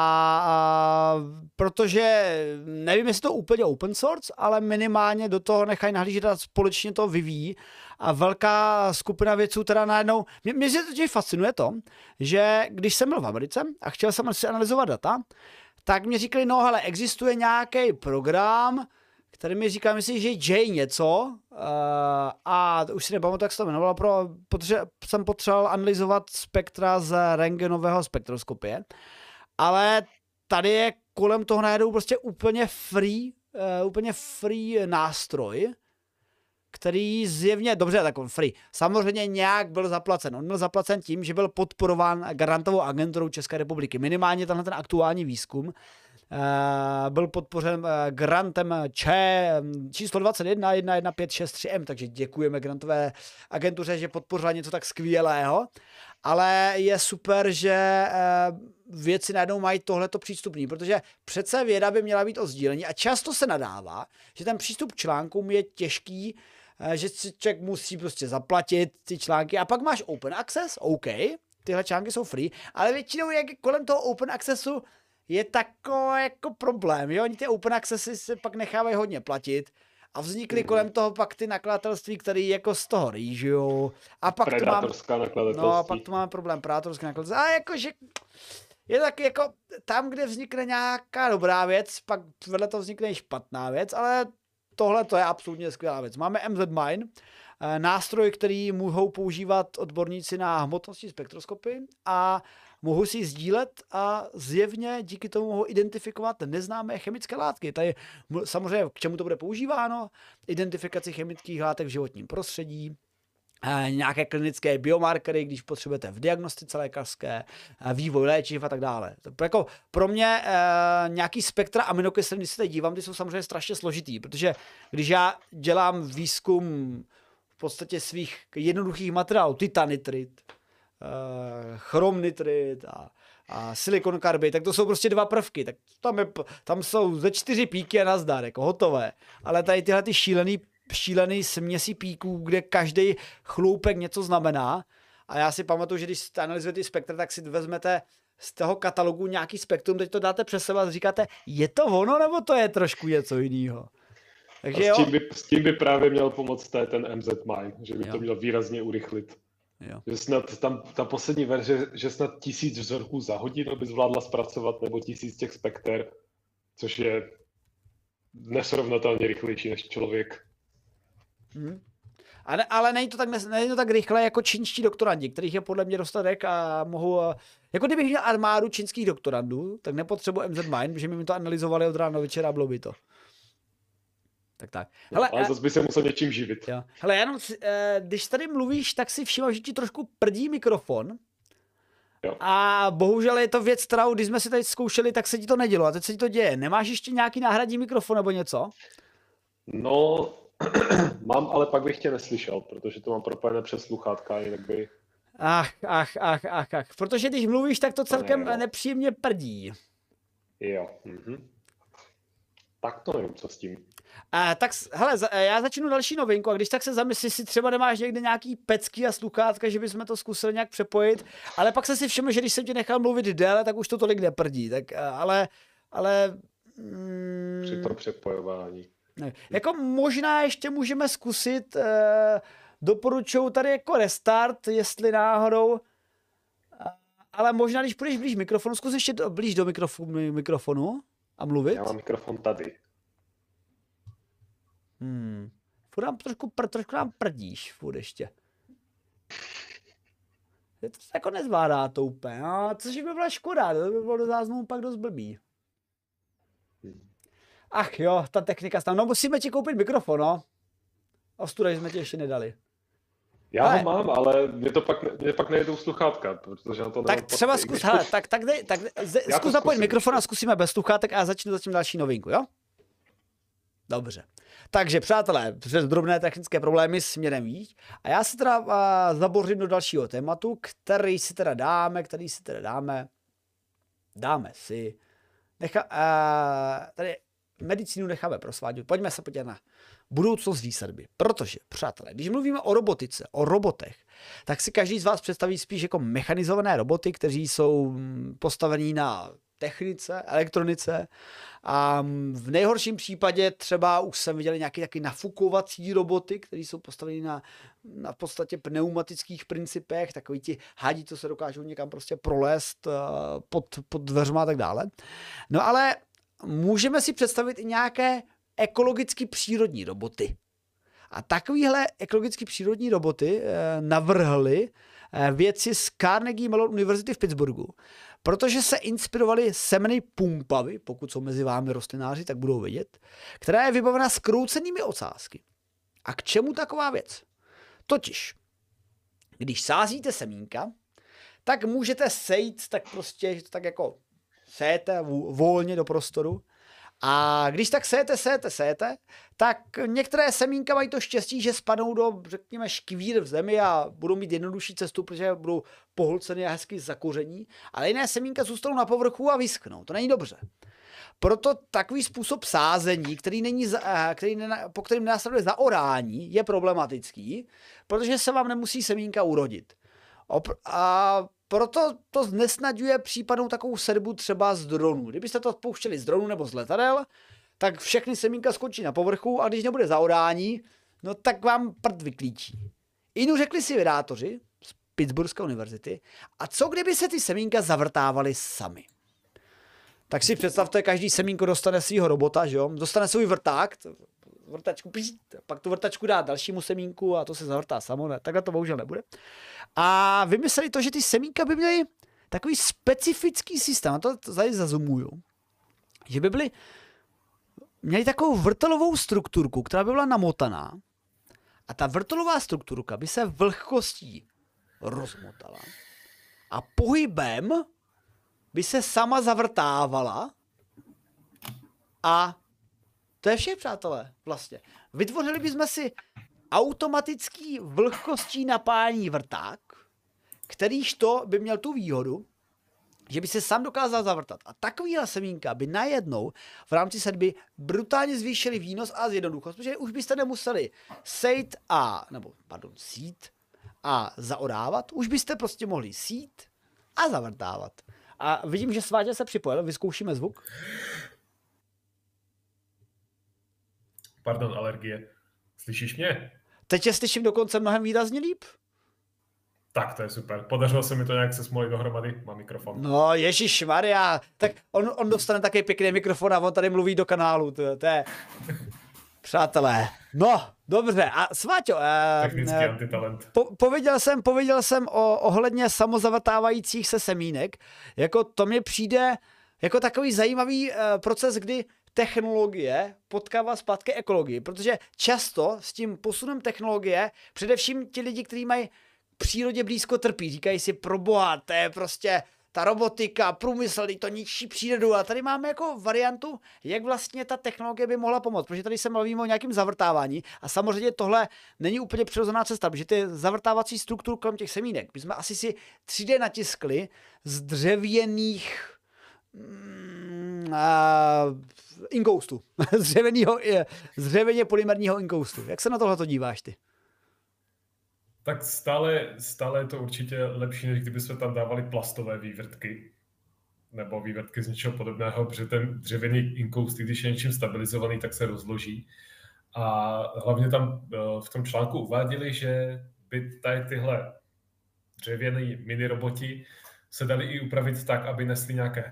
a protože nevím, jestli to úplně open source, ale minimálně do toho nechají nahlížet a společně to vyvíjí. A velká skupina vědců teda najednou, mě, mě se totiž fascinuje to, že když jsem byl v Americe a chtěl jsem si analyzovat data, tak mě říkali, no hele, existuje nějaký program, který mi říká, myslím, že J něco, uh, a už si nepamatuji, jak se to jmenovalo, pro, protože jsem potřeboval analyzovat spektra z rentgenového spektroskopie, ale tady je kolem toho najednou prostě úplně free, uh, úplně free nástroj, který zjevně, dobře, tak on free, samozřejmě nějak byl zaplacen. On byl zaplacen tím, že byl podporován grantovou agenturou České republiky. Minimálně tenhle ten aktuální výzkum Uh, byl podpořen uh, grantem Č číslo dvacet jedna jedna jedna pět šest tři M, takže děkujeme grantové agentuře, že podpořila něco tak skvělého, ale je super, že uh, věci najednou mají tohleto přístupný, protože přece věda by měla být o sdílení a často se nadává, že ten přístup k článkům je těžký, uh, že si člověk musí prostě zaplatit ty články a pak máš open access, OK, tyhle články jsou free, ale většinou jak kolem toho open accessu je takový jako problém, jo? Oni ty open accessy se pak nechávají hodně platit a vznikly mm. kolem toho pak ty nakladatelství, které jako z toho rýžujou. A pak predátorská tu mám, nakladatelství. no a pak tu máme problém predátorské nakladatelství. A jakože je taky jako tam, kde vznikne nějaká dobrá věc, pak vedle toho vznikne i špatná věc, ale tohle to je absolutně skvělá věc. Máme M Z Mine, nástroj, který mohou používat odborníci na hmotnostní spektroskopy a mohou si sdílet a zjevně díky tomu mohou identifikovat neznámé chemické látky. Tady samozřejmě k čemu to bude používáno? Identifikaci chemických látek v životním prostředí, nějaké klinické biomarkery, když potřebujete v diagnostice lékařské, vývoj léčiv a tak dále. Jako pro mě e, nějaký spektra aminokyselin, když se tady dívám, ty jsou samozřejmě strašně složitý, protože když já dělám výzkum v podstatě svých jednoduchých materiálů, titanitrid, e, chromnitrid a, a silikonkarbid, tak to jsou prostě dva prvky, tak tam, je, tam jsou ze čtyři píky a nazdar, jako hotové, ale tady tyhle ty šílený šílený směsi píků, kde každý chloupek něco znamená. A já si pamatuju, že když analyzujete spektra, tak si vezmete z toho katalogu nějaký spektrum, teď to dáte přes sebe a říkáte, je to ono, nebo to je trošku něco jiného. Takže s, jo. Tím by, s tím by právě měl pomoct ten M Z Mine, že by jo. to měl výrazně urychlit. Jo. Že snad tam ta poslední verze, že snad tisíc vzorků za hodinu by zvládla zpracovat, nebo tisíc těch spekter, což je nesrovnatelně rychlejší než člověk. Hmm. Ale, ale není to tak, není to tak rychle jako čínští doktorandi, kterých je podle mě dostatek a mohou, jako kdybych měl armádu čínských doktorandů, tak nepotřebuji M Z Mine, protože mi to analyzovali od rána do večera a bylo by to. Tak tak. Hele, no, ale zase by se musel něčím živit. Jo. Hele, jenom, když tady mluvíš, tak si všimám, že ti trošku prdí mikrofon. Jo. A bohužel je to věc, kterou, když jsme si tady zkoušeli, tak se ti to nedělo a teď se ti to děje. Nemáš ještě nějaký náhradní mikrofon nebo něco? No, mám, ale pak bych tě neslyšel, protože to mám propojené přes sluchátka, jinak by... Ach, ach, ach, ach, ach. Protože když mluvíš, tak to celkem ne, nepříjemně prdí. Jo. Mhm. Tak to nevím, co s tím. A, tak, hele, já začnu další novinku a když tak se zamyslíš, si třeba nemáš někde nějaký pecky a sluchátka, že bychom to zkusili nějak přepojit, ale pak se si všiml, že když jsem tě nechal mluvit déle, tak už to tolik neprdí, tak ale, ale... Mm, Při tom přepojování. Ne, jako možná ještě můžeme zkusit, eh, doporučuju tady jako restart, jestli náhodou, ale možná, když půjdeš blíž mikrofonu, zkus ještě do, blíž do mikrofonu, mikrofonu a mluvit. Já mám mikrofon tady. Hmm. Furt nám trošku, pr, trošku nám prdíš, furt ještě. Je to jako nezvládá to úplně, no, což by byla škoda, to by bylo do záznamu pak dost blbý. Hmm. Ach jo, ta technika tam, no musíme ti koupit mikrofon, no. Ostuda, jsme ti ještě nedali. Já ale... ho mám, ale mě to pak, mě pak nejedou sluchátka, protože na to tak třeba pod... zkus, hele, tak, tak, dej, tak z, zkus zapojit mikrofon a zkusíme bez sluchátek a začnu zatím další novinku, jo? Dobře. Takže přátelé, přes drobné technické problémy směrem víc. A já se teda uh, zabořím do dalšího tématu, který si teda dáme, který si teda dáme. Dáme si. Necha, uh, tady medicínu necháme prosvádět. Pojďme se podívat na budoucnost výsadby. Protože, přátelé, když mluvíme o robotice, o robotech, tak si každý z vás představí spíš jako mechanizované roboty, kteří jsou postavení na technice, elektronice a v nejhorším případě třeba už jsem viděl nějaké taky nafukovací roboty, které jsou postaveny na, na podstatě pneumatických principech, takový ti hadi, co se dokážou někam prostě prolézt pod, pod dveřma a tak dále. No ale můžeme si představit i nějaké ekologicky přírodní roboty. A takovýhle ekologicky přírodní roboty eh, navrhli eh, vědci z Carnegie Mellon University v Pittsburghu, protože se inspirovali semeny pumpavy, pokud jsou mezi vámi rostlináři, tak budou vědět, která je vybavena skroucenými ocásky. A k čemu taková věc? Totiž, když sázíte semínka, tak můžete sejít, tak prostě tak jako sejete volně do prostoru. A když tak sejete, sejete, sejete, tak některé semínka mají to štěstí, že spadnou do, řekněme, škvír v zemi a budou mít jednodušší cestu, protože budou pohlceny a hezky zakoření, ale jiné semínka zůstanou na povrchu a vyschnou. To není dobře. Proto takový způsob sázení, který není, který nena, po kterým následuje zaorání, je problematický, protože se vám nemusí semínka urodit. A proto to nesnaďuje případnou takovou sedbu třeba z dronů. Kdybyste to pouštěli z dronů nebo z letadel, tak všechny semínka skončí na povrchu a když nebude zaorání, no tak vám prd vyklíčí. Inu řekli si vědátoři z Pittsburghské univerzity, a co kdyby se ty semínka zavrtávaly sami? Tak si představte, každý semínko dostane svýho robota, že jo? Dostane svůj vrták, vrtačku, píst, pak tu vrtačku dá dalšímu semínku a to se zavrtá samo, ne? Takhle to bohužel nebude. A vymysleli to, že ty semínka by měly takový specifický systém, a to tady zazumuju, že by byly, měli takovou vrtelovou strukturku, která by byla namotaná a ta vrtelová strukturka by se vlhkostí rozmotala a pohybem by se sama zavrtávala a to je vše, přátelé, vlastně. Vytvořili bychom si automatický vlhkostí napájení vrták, kterýž to by měl tu výhodu, že by se sám dokázal zavrtat. A takovýhle semínka by najednou v rámci sedby brutálně zvýšili výnos a zjednoduchost, protože už byste nemuseli sejt a, nebo pardon, sít a zaorávat, už byste prostě mohli sít a zavrtávat. A vidím, že Sváťa se připojil, vyzkoušíme zvuk. Pardon, alergie. Slyšíš mě? Teď tě slyším dokonce mnohem výrazně líp. Tak, to je super. Podařilo se mi to nějak se smolit dohromady. Mám mikrofon. No, ježišmarja. Tak on, on dostane taky pěkný mikrofon a on tady mluví do kanálu. To, to je... Přátelé. No, dobře. A Sváťo, Technický eh, antitalent. Po, pověděl jsem, pověděl jsem o, ohledně samozavrtávajících se semínek. Jako to mi přijde jako takový zajímavý eh, proces, kdy technologie potkává zpátky ekologii, protože často s tím posunem technologie, především ti lidi, kteří mají k přírodě blízko trpí, říkají si proboha, to je prostě ta robotika, průmysl, to ničí přírodu a tady máme jako variantu, jak vlastně ta technologie by mohla pomoct, protože tady se mluvíme o nějakém zavrtávání a samozřejmě tohle není úplně přirozená cesta, protože ty zavrtávací struktury kolem těch semínek, my jsme asi si tři dé natiskli z dřevěných mm, uh, inkoustu, z, z dřevěně polymerního inkoustu. Jak se na tohle to díváš ty? Tak stále, stále je to určitě lepší, než kdyby jsme tam dávali plastové vývrtky nebo vývrtky z něčeho podobného, protože ten dřevěný inkoust, když je něčím stabilizovaný, tak se rozloží. A hlavně tam v tom článku uváděli, že by tady tyhle dřevěný mini roboti se dali i upravit tak, aby nesli nějaké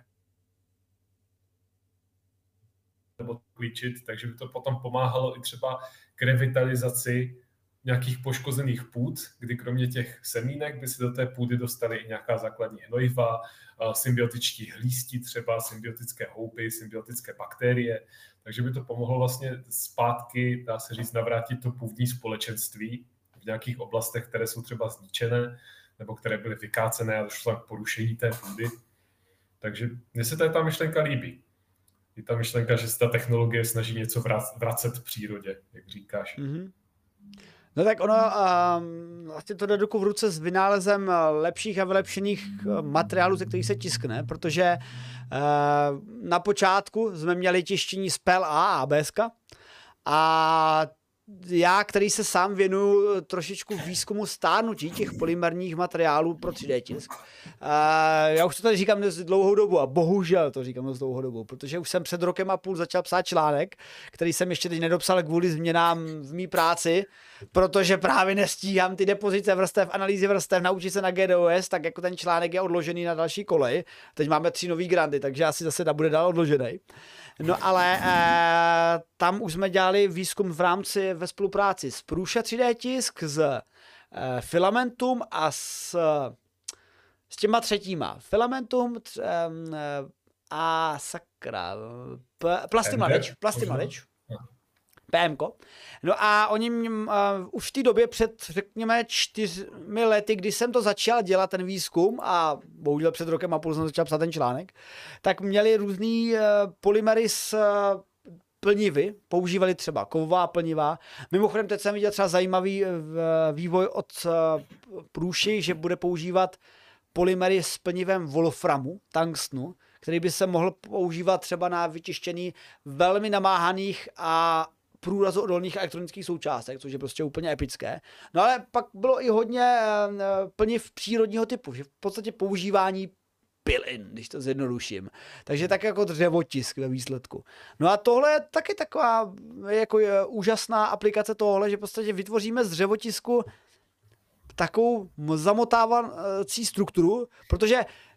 nebo klíčit, takže by to potom pomáhalo i třeba k revitalizaci nějakých poškozených půd, kdy kromě těch semínek by se do té půdy dostaly i nějaká základní hnojiva, symbiotičtí hlísti třeba, symbiotické houby, symbiotické bakterie, takže by to pomohlo vlastně zpátky, dá se říct, navrátit to půdní společenství v nějakých oblastech, které jsou třeba zničené, nebo které byly vykácené a došlo k porušení té půdy. Takže mně se tady ta myšlenka líbí. Je ta myšlenka, že se ta technologie snaží něco vracet v přírodě, jak říkáš. Mm-hmm. No tak ono um, vlastně to jde ruku v ruce s vynálezem lepších a vylepšených materiálů, ze kterých se tiskne, protože uh, na počátku jsme měli tištění z P L A a B S K a já, který se sám věnuju trošičku výzkumu stárnutí těch polymerních materiálů pro tři dé tisk. Uh, já už to tady říkám dnes dlouhou dobu a bohužel to říkám dnes dlouhou dobu, protože už jsem před rokem a půl začal psát článek, který jsem ještě teď nedopsal kvůli změnám v mý práci, protože právě nestíhám ty depozice vrstev, analýzy vrstev, naučit se na G D O S, tak jako ten článek je odložený na další kolej. Teď máme tři nový grandy, takže asi zase bude dál odložený. No ale eh, tam už jsme dělali výzkum v rámci ve spolupráci s Prusa tři dé tisk, s eh, Filamentum a s, s těma třetíma. Filamentum tř, eh, a sakra, p, Plastimladeč, Plastimladeč. P M ko. No a oni uh, už v té době před, řekněme, čtyřmi lety, kdy jsem to začal dělat, ten výzkum, a bohužel před rokem a půl jsem začal psát ten článek, tak měli různý uh, polymery z uh, plnivy, používali třeba kovová plniva. Mimochodem, teď jsem viděl třeba zajímavý uh, vývoj od uh, Prusy, že bude používat polymery s plnivem wolframu, tungstenu, který by se mohl používat třeba na vytištění velmi namáhaných a průrazodolných elektronických součástek, což je prostě úplně epické. No ale pak bylo i hodně plniv přírodního typu, že v podstatě používání pilin, když to zjednoduším. Takže tak jako dřevotisk ve výsledku. No a tohle je taky taková jako je úžasná aplikace tohle, že v podstatě vytvoříme z dřevotisku takovou zamotávací strukturu, protože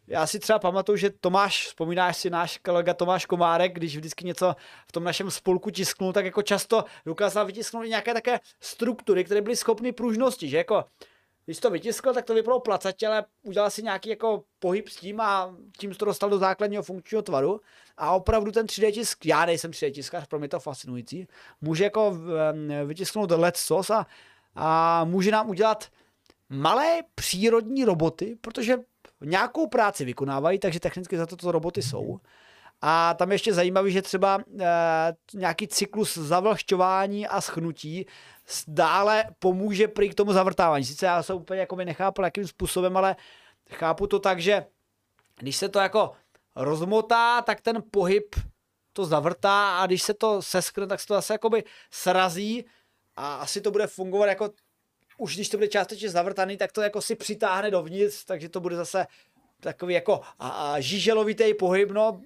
já si třeba pamatuju, že Tomáš, vzpomínáš si náš kolega Tomáš Komárek, když vždycky něco v tom našem spolku tisknul, tak jako často dokázal vytisknout i nějaké také struktury, které byly schopny pružnosti, že jako když to vytiskl, tak to vypadalo placatě, ale udělal si nějaký jako pohyb s tím a tím to dostal do základního funkčního tvaru. A opravdu ten tři dé tisk, já nejsem tři dé tiskař, pro mě to fascinující, může jako vytisknout lecos a, a může nám udělat malé přírodní roboty, protože nějakou práci vykonávají, takže technicky za to, to roboty jsou. A tam ještě zajímavý, že třeba e, nějaký cyklus zavlhčování a schnutí dále pomůže prý k tomu zavrtávání. Sice já se úplně jako nechápal, jakým způsobem, ale chápu to tak, že když se to jako rozmotá, tak ten pohyb to zavrtá a když se to seskne, tak se to zase jakoby srazí a asi to bude fungovat jako, už když to bude částečně zavrtaný, tak to jako si přitáhne dovnitř, takže to bude zase takový jako a, a žíželovitý pohyb, no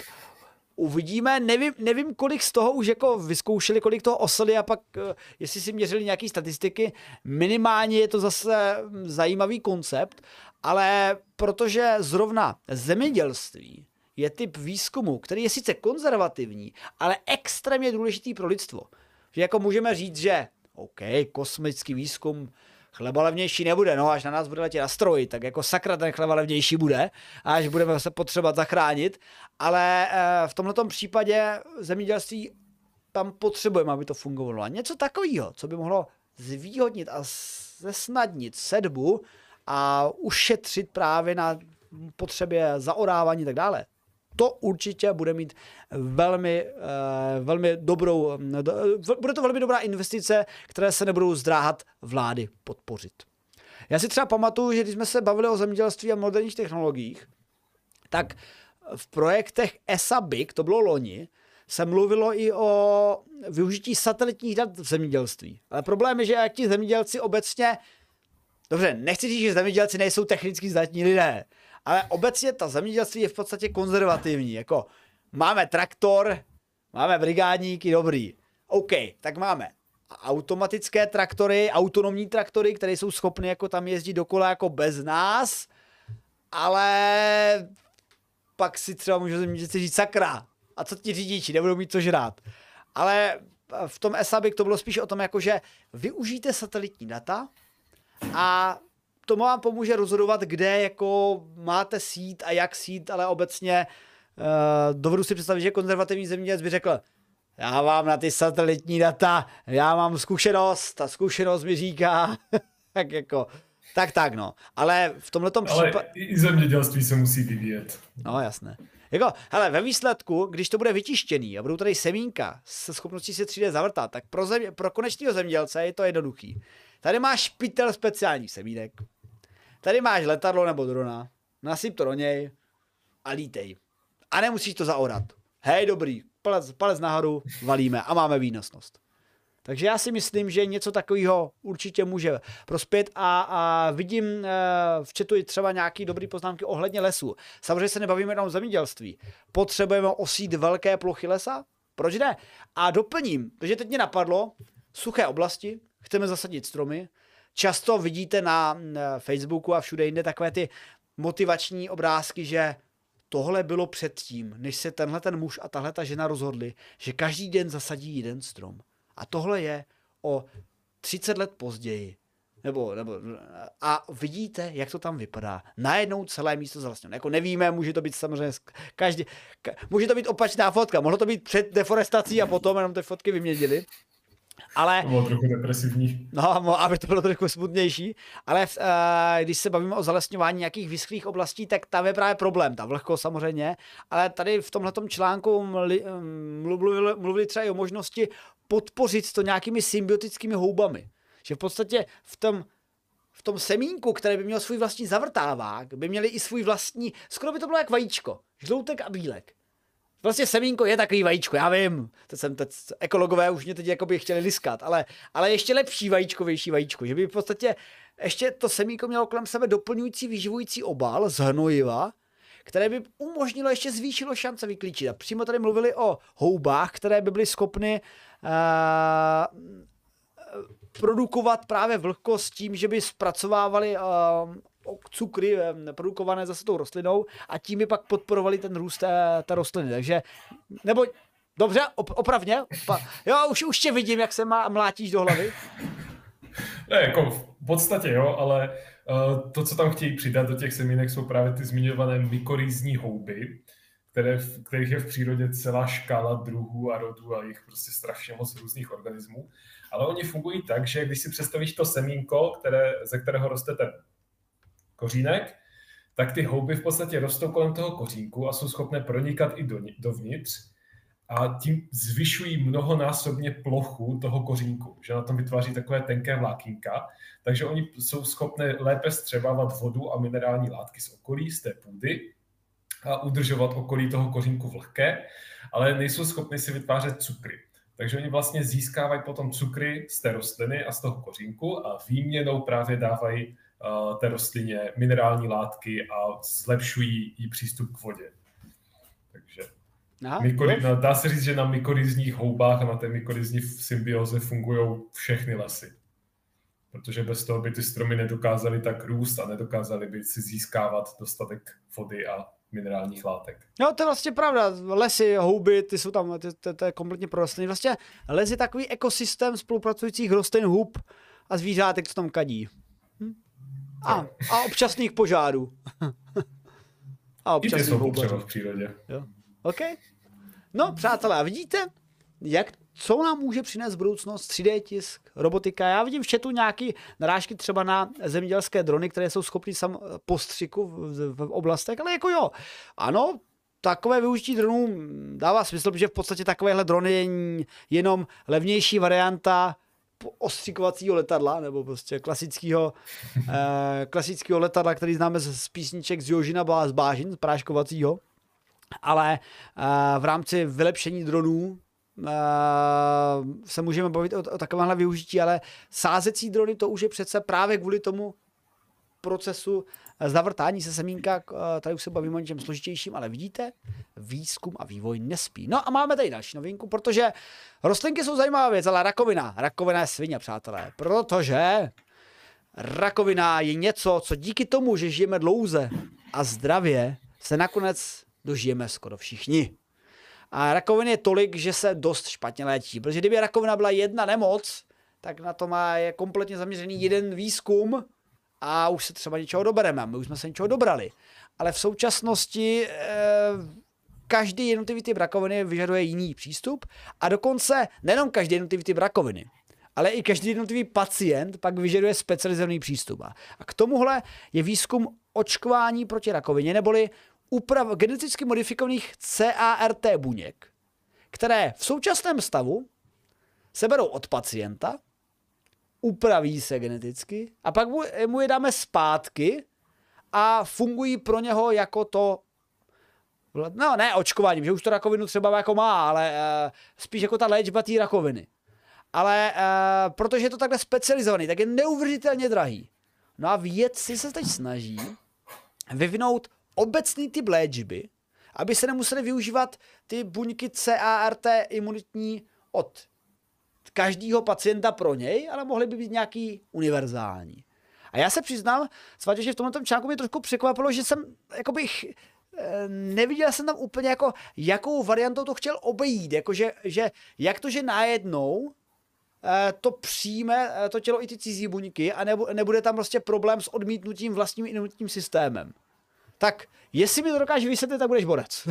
uvidíme, nevím, nevím, kolik z toho už jako vyzkoušeli, kolik toho osady a pak, jestli si měřili nějaký statistiky, minimálně je to zase zajímavý koncept, ale protože zrovna zemědělství je typ výzkumu, který je sice konzervativní, ale extrémně důležitý pro lidstvo. Že jako můžeme říct, že OK, kosmický výzkum chleba levnější nebude, no až na nás bude letět asteroid, tak jako sakra ten chleba levnější bude, až budeme se potřebovat zachránit, ale e, v tomhletom případě zemědělství tam potřebujeme, aby to fungovalo. A něco takového, co by mohlo zvýhodnit a zesnadnit sedbu a ušetřit právě na potřebě zaorávání a tak dále. To určitě bude mít velmi, uh, velmi dobrou, do, bude to velmi dobrá investice, které se nebudou zdráhat vlády podpořit. Já si třeba pamatuju, že když jsme se bavili o zemědělství a moderních technologiích, tak v projektech E S A B I C, to bylo loni, se mluvilo i o využití satelitních dat v zemědělství. Ale problém je, že jak ti zemědělci obecně, dobře, nechci říct, že zemědělci nejsou technicky zdatní lidé, ale obecně ta zemědělství je v podstatě konzervativní. Jako máme traktor, máme brigádníky, dobrý. OK, tak máme automatické traktory, autonomní traktory, které jsou schopny jako tam jezdit dokola jako bez nás, ale pak si třeba můžu zemědělci říct sakra. A co ti řidiči, nebudou mít co žrát. Ale v tom E S A B I C to bylo spíš o tom, jako že využijte satelitní data a to vám pomůže rozhodovat, kde jako máte sít a jak sít, ale obecně uh, dovedu si představit, že konzervativní zemědělec by řekl, já mám na ty satelitní data, já mám zkušenost, ta zkušenost mi říká, tak jako, tak tak no. Ale v tomhletom případě... Ale i zemědělství se musí vyvíjet. No jasné. Jako, hele, ve výsledku, když to bude vytištěný a budou tady semínka se schopností se tři dé zavrtat, tak pro, země, pro konečného zemědělce je to jednoduchý. Tady máš pytel speciálních semínek, tady máš letadlo nebo drona, nasyp to do něj a lítej. A nemusíš to zaorat. Hej, dobrý, palec, palec nahoru, valíme a máme výnosnost. Takže já si myslím, že něco takového určitě může prospět a, a vidím e, v chatu i třeba nějaký dobrý poznámky ohledně lesů. Samozřejmě se nebavíme jenom o zemědělství. Potřebujeme osít velké plochy lesa? Proč ne? A doplním, protože teď mě napadlo, suché oblasti, chceme zasadit stromy. Často vidíte na, na Facebooku a všude jinde takové ty motivační obrázky, že tohle bylo předtím, než se tenhle ten muž a tahle ta žena rozhodli, že každý den zasadí jeden strom. A tohle je o třicet let později. Nebo, nebo, a vidíte, jak to tam vypadá. Najednou celé místo zalesněné. Jako nevíme, může to být samozřejmě každý, ka, může to být opačná fotka. Mohlo to být před deforestací a potom jenom ty fotky vyměnili. Ale, to bylo trochu depresivní. No, aby to bylo trochu smutnější. Ale uh, když se bavíme o zalesňování nějakých vyschlých oblastí, tak tam je právě problém. Ta vlhkost samozřejmě. Ale tady v tomhletom článku mluvili, mluvili, mluvili třeba i o možnosti podpořit to nějakými symbiotickými houbami. Že v podstatě v tom, v tom semínku, které by mělo svůj vlastní zavrtávák, by měli i svůj vlastní, skoro by to bylo jak vajíčko. Žloutek a bílek. Vlastně semínko je takový vajíčko, já vím, teď jsem, teď, ekologové už mě teď jako by chtěli liskat, ale, ale ještě lepší vajíčkovější vajíčko, že by v podstatě ještě to semínko mělo kolem sebe doplňující vyživující obal z hnojiva, které by umožnilo, ještě zvýšilo šance vyklíčit. A přímo tady mluvili o houbách, které by byly schopny uh, produkovat právě vlhkost tím, že by zpracovávali uh, cukry produkované zase tou rostlinou a tím by pak podporovali ten růst té, té rostliny. Takže, nebo dobře, op, opravně, pa, jo, už, už tě vidím, jak se má, mlátíš do hlavy. Ne, jako v podstatě jo, ale uh, to, co tam chtějí přidat do těch semínek, jsou právě ty zmiňované mykorýzní houby, které, kterých je v přírodě celá škála druhů a rodů a jich prostě strašně moc různých organismů. Ale oni fungují tak, že když si představíš to semínko, které, ze kterého roste ten kořínek, tak ty houby v podstatě rostou kolem toho kořínku a jsou schopné pronikat i do, dovnitř a tím zvyšují mnohonásobně plochu toho kořínku, že na tom vytváří takové tenké vlákínka, takže oni jsou schopné lépe střebávat vodu a minerální látky z okolí, z té půdy a udržovat okolí toho kořínku vlhké, ale nejsou schopni si vytvářet cukry. Takže oni vlastně získávají potom cukry z té rostliny a z toho kořínku a výměnou právě dávají uh, té rostlině minerální látky a zlepšují jí přístup k vodě. Takže Aha, mykory, no, dá se říct, že na mykorizních houbách a na té mykorizní symbioze fungují všechny lesy. Protože bez toho by ty stromy nedokázaly tak růst a nedokázaly by si získávat dostatek vody a minerálních látek. No, to je vlastně pravda. Lesy, houby, ty jsou tam, ty, to, to je kompletně prorostliny. Vlastně les je takový ekosystém spolupracujících rostlin, hub a zvířátek, co tam kadí. Hm? A, a občasných požárů. A I ty jsou potřeba v přírodě. Jo. OK. No, přátelé, a vidíte, jak, co nám může přinést budoucnost tři dé tisk, robotika. Já vidím v chatu nějaké narážky třeba na zemědělské drony, které jsou schopny sam postřiku v, v, v oblastech, ale jako jo, ano, takové využití dronů dává smysl, protože v podstatě takovéhle drony je jenom levnější varianta ostřikovacího letadla, nebo prostě klasického, eh, klasického letadla, který známe z, z písniček z Jožina z Bážin, z práškovacího. Ale uh, v rámci vylepšení dronů uh, se můžeme bavit o, o takovémhle využití, ale sázecí drony to už je přece právě kvůli tomu procesu zavrtání se semínka, uh, tady už se bavíme o něčem složitějším, ale vidíte, výzkum a vývoj nespí. No a máme tady další novinku, protože rostlinky jsou zajímavá věc, ale rakovina, rakovina je svině, přátelé, protože rakovina je něco, co díky tomu, že žijeme dlouze a zdravě, se nakonec dožijeme skoro všichni. A rakoviny je tolik, že se dost špatně léčí. Protože kdyby rakovina byla jedna nemoc, tak na to má je kompletně zaměřený jeden výzkum a už se třeba něčeho dobereme. My už jsme se něčeho dobrali. Ale v současnosti eh, každý jednotlivý typ rakoviny vyžaduje jiný přístup a dokonce nejenom každý jednotlivý typ rakoviny, ale i každý jednotlivý pacient pak vyžaduje specializovaný přístup. A k tomuhle je výzkum očkování proti rakovině, neboli úprav geneticky modifikovaných C A R T buněk, které v současném stavu se berou od pacienta, upraví se geneticky a pak mu, mu je dáme zpátky a fungují pro něho jako to, no ne očkováním, že už to rakovinu třeba jako má, ale uh, spíš jako ta léčba té rakoviny. Ale uh, protože je to takhle specializovaný, tak je neuvěřitelně drahý. No a vědci se teď snaží vyvinout obecný typ léčby, aby se nemuseli využívat ty buňky C A R T imunitní od každého pacienta pro něj, ale mohly by být nějaký univerzální. A já se přiznám, svatě, že v tomto článku mě trošku překvapilo, že jsem jakoby neviděl jsem tam úplně jako, jakou variantou to chtěl obejít, jakože, že, jak to, že najednou to přijme to tělo i ty cizí buňky a nebude tam prostě problém s odmítnutím vlastním imunitním systémem. Tak, jestli mi to dokáže vysvětlit, tak budeš borec.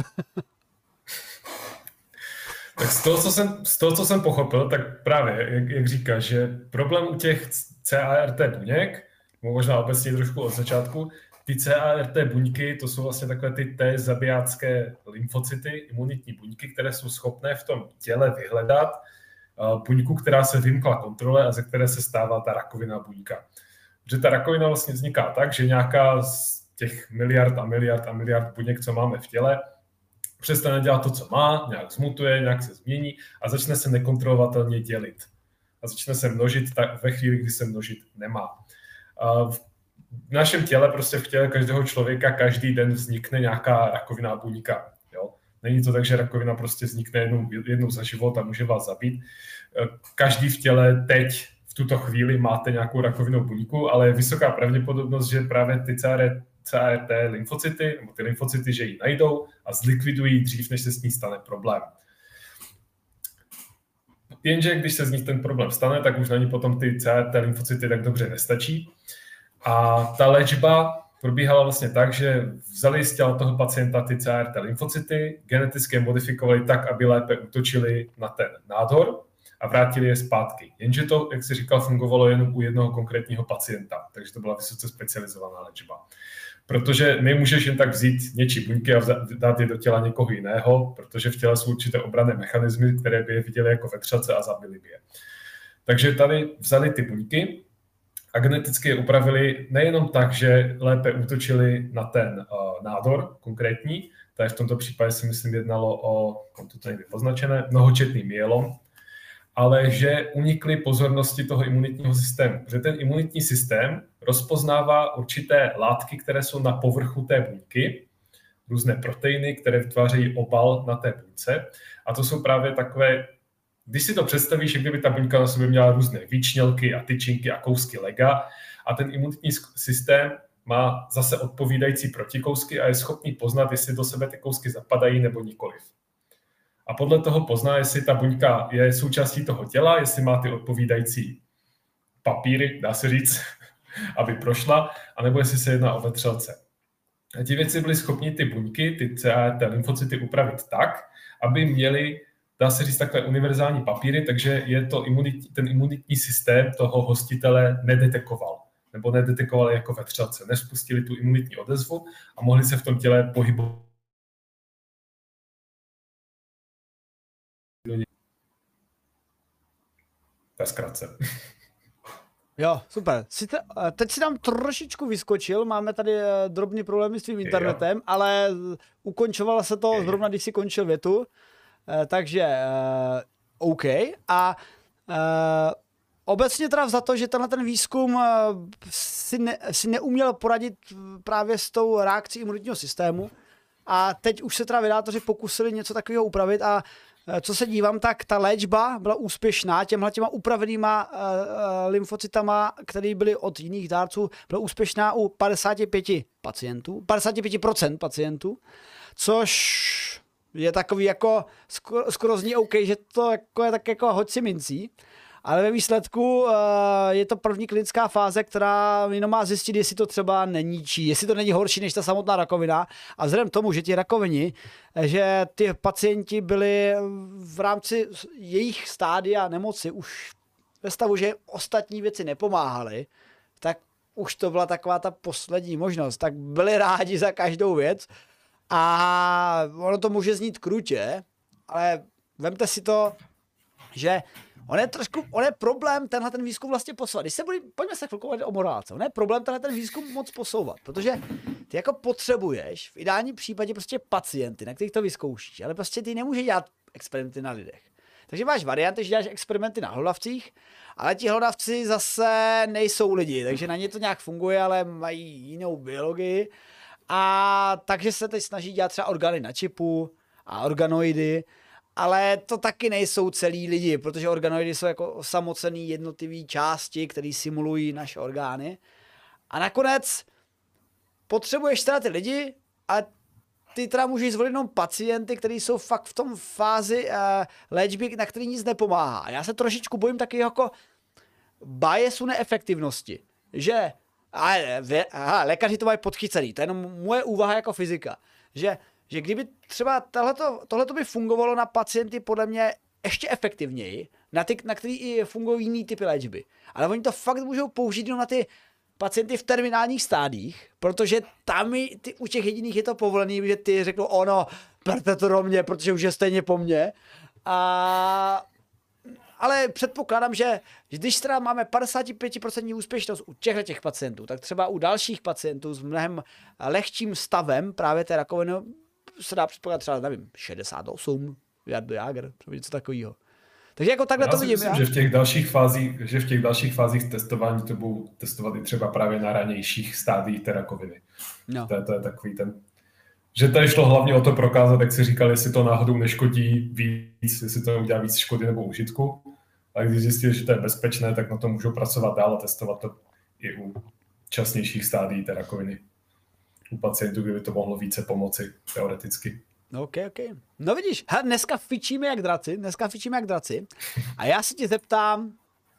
Tak z toho, co jsem, z toho, co jsem pochopil, tak právě, jak, jak říkáš, že problém u těch C A R T buněk, možná obecně trošku od začátku, ty C A R T buňky, to jsou vlastně takové ty T zabijácké lymfocyty, imunitní buňky, které jsou schopné v tom těle vyhledat uh, buňku, která se vymkla kontrole a ze které se stává ta rakovinná buňka. Protože ta rakovina vlastně vzniká tak, že nějaká z těch miliard a miliard a miliard buněk, co máme v těle, přestane dělat to, co má, nějak zmutuje, nějak se změní a začne se nekontrolovatelně dělit. A začne se množit tak ve chvíli, kdy se množit nemá. A v našem těle, prostě v těle každého člověka každý den vznikne nějaká rakovinná buňka. Jo? Není to tak, že rakovina prostě vznikne jednou, jednou za život a může vás zabít. Každý v těle teď v tuto chvíli máte nějakou rakovinou buňku, ale je vysoká pravděpodobnost, že právě ty C A R T lymfocyty, nebo ty lymfocyty, že ji najdou a zlikvidují dřív, než se s ní stane problém. Jenže když se z nich ten problém stane, tak už na ní potom ty C A R T lymfocyty tak dobře nestačí. A ta léčba probíhala vlastně tak, že vzali z těla toho pacienta ty C A R T lymfocyty, geneticky je modifikovali tak, aby lépe útočili na ten nádor a vrátili je zpátky. Jenže to, jak si říkal, fungovalo jenom u jednoho konkrétního pacienta, takže to byla vysoce specializovaná léčba. Protože nemůžeš jen tak vzít něčí buňky a dát je do těla někoho jiného, protože v těle jsou určité obranné mechanismy, které by je viděly jako vetřelce a zabili by je. Takže tady vzali ty buňky a geneticky je upravili nejenom tak, že lépe útočili na ten uh, nádor konkrétní, tady v tomto případě si myslím jednalo o, mám to tady poznačené, mnohočetný myelom, ale že unikly pozornosti toho imunitního systému. Že ten imunitní systém rozpoznává určité látky, které jsou na povrchu té buňky, různé proteiny, které vytvářejí obal na té buňce. A to jsou právě takové, když si to představíš, že kdyby ta buňka na sobě měla různé výčnělky a tyčinky a kousky lega a ten imunitní systém má zase odpovídající protikousky a je schopný poznat, jestli do sebe ty kousky zapadají nebo nikoliv. A podle toho pozná, jestli ta buňka je součástí toho těla, jestli má ty odpovídající papíry, dá se říct, aby prošla, anebo jestli se jedná o vetřelce. A ti věci byli schopni ty buňky, ty C A R T lymfocyty upravit tak, aby měli, dá se říct, takové univerzální papíry, takže je to imunitní, ten imunitní systém toho hostitele nedetekoval. Nebo nedetekovali jako vetřelce. Nespustili tu imunitní odezvu a mohli se v tom těle pohybovat. To je zkrátce. Jo, super. Sice, teď si tam trošičku vyskočil, máme tady drobný problémy s tvým internetem, jo. Ale ukončovalo se to zrovna, když si končil větu, takže uh, OK. A uh, obecně teda za to, že tenhle ten výzkum uh, si, ne, si neuměl poradit právě s tou reakcí imunitního systému a teď už se teda vydátoři pokusili něco takového upravit a co se dívám, tak ta léčba byla úspěšná těmhle těma upravenýma uh, uh, lymfocytama, které byly od jiných dárců, byla úspěšná u padesát pět pacientů, padesát pět procent pacientů, což je takový jako, skoro, skoro zní OK, že to jako je tak jako hoď si mincí, ale ve výsledku uh, je to první klinická fáze, která jenom má zjistit, jestli to třeba neníčí, jestli to není horší než ta samotná rakovina. A vzhledem k tomu, že ti rakovini, že ty pacienti byli v rámci jejich stádia nemoci už ve stavu, že ostatní věci nepomáhaly, tak už to byla taková ta poslední možnost. Tak byli rádi za každou věc a ono to může znít krutě, ale vemte si to, že On je trošku, on je problém tenhle ten výzkum vlastně posouvat. Když se budeme, pojďme se chvilku o morálce. On je problém tenhle ten výzkum moc posouvat, protože ty jako potřebuješ v ideálním případě prostě pacienty, na kterých to vyzkoušíš, ale prostě ty nemůžeš dělat experimenty na lidech. Takže máš varianty, že děláš experimenty na hlodavcích, ale ti hlodavci zase nejsou lidi, takže na ně to nějak funguje, ale mají jinou biologii. A takže se teď snaží dělat třeba orgány na čipu a organoidy, ale to taky nejsou celí lidi, protože organoidy jsou jako osamocený jednotlivý části, které simulují naše orgány. A nakonec potřebuješ teda ty lidi, ale ty teda můžeš zvolit jenom pacienty, kteří jsou fakt v tom fázi uh, léčby, na který nic nepomáhá. A já se trošičku bojím taky jako biasu neefektivnosti, že aha, lékaři to mají podchycený, to je jenom moje úvaha jako fyzika, že že kdyby třeba tohleto, tohleto by fungovalo na pacienty podle mě ještě efektivněji, na ty, na který i fungují jiný typy léčby. Ale oni to fakt můžou použít jenom na ty pacienty v terminálních stádích, protože tam ty, u těch jediných je to povolený, že ty řeknou, ono, berte to do mě, protože už je stejně po mně. A... Ale předpokládám, že když teda máme padesát pět procent úspěšnost u těchto těch pacientů, tak třeba u dalších pacientů s mnohem lehčím stavem právě té rakoviny se dá předpokládat třeba, nevím, šedesát osm, Jardo Jágr, třeba něco takového. Takže jako takhle já to vidím. Myslím, já? Že v těch dalších fázích, že v těch dalších fázích testování to budou testovat i třeba právě na ranějších stádiích té rakoviny. No. To, je, to je takový ten, že tady šlo hlavně o to prokázat, jak si říkal, jestli to náhodou neškodí víc, jestli to udělá víc škody nebo užitku. A když zjistili, že to je bezpečné, tak na to můžou pracovat dál a testovat to i u časnějších stádií té rakoviny. U pacientů, kdyby to mohlo více pomoci teoreticky. OK, OK. No vidíš, he, dneska fičíme jak draci, dneska fičíme jak draci. A já se tě zeptám,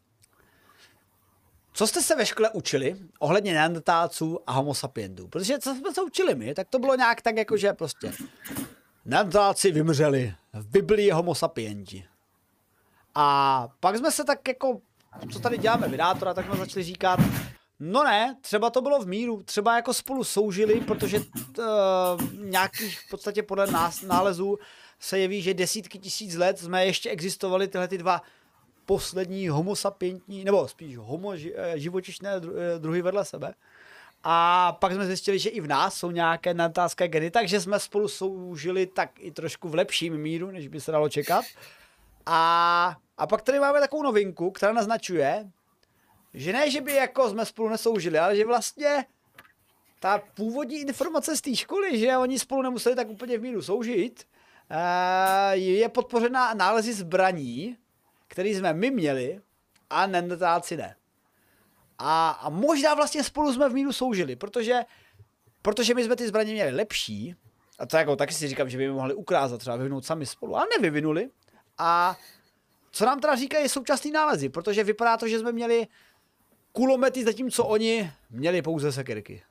co jste se ve škole učili ohledně neandertálců a homo sapientů? Protože co jsme se učili my, tak to bylo nějak tak jako, že prostě neandertálci vymřeli, v Biblii homo sapienti. A pak jsme se tak jako, co tady děláme vydátora, tak jsme začali říkat, no ne, třeba to bylo v míru, třeba jako spolu soužili, protože uh, nějakých v podstatě podle nás, nálezů se jeví, že desítky tisíc let jsme ještě existovali tyhle ty dva poslední homo sapientní, nebo spíš homo živočišné druhy vedle sebe. A pak jsme zjistili, že i v nás jsou nějaké neandertálské geny, takže jsme spolu soužili tak i trošku v lepším míru, než by se dalo čekat. A, a pak tady máme takovou novinku, která naznačuje, že ne, že by jako jsme spolu nesoužili, ale že vlastně ta původní informace z té školy, že oni spolu nemuseli tak úplně v míru soužít, je podpořena nálezy zbraní, které jsme my měli a neandertálci ne. A, a možná vlastně spolu jsme v míru soužili, protože, protože my jsme ty zbraně měli lepší, a to jako taky si říkám, že by mi mohli ukázat, třeba vyvinout sami spolu, ale nevyvinuli. A co nám teda říkají současný nálezy, protože vypadá to, že jsme měli kulomety, zatímco oni měli pouze sekerky.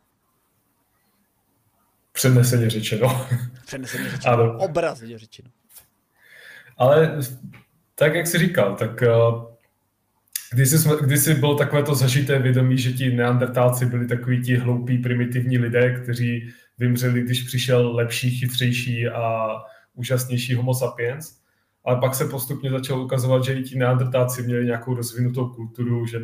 Předneseně řečeno. Předneseně řečeno, ano. Obrazně řečeno. Ale tak, jak jsi říkal, tak kdysi, jsme, kdysi bylo takové to zažité vědomí, že ti neandertálci byli takoví ti hloupí, primitivní lidé, kteří vymřeli, když přišel lepší, chytřejší a úžasnější homo sapiens. Ale pak se postupně začalo ukazovat, že i ti neandertálci měli nějakou rozvinutou kulturu, že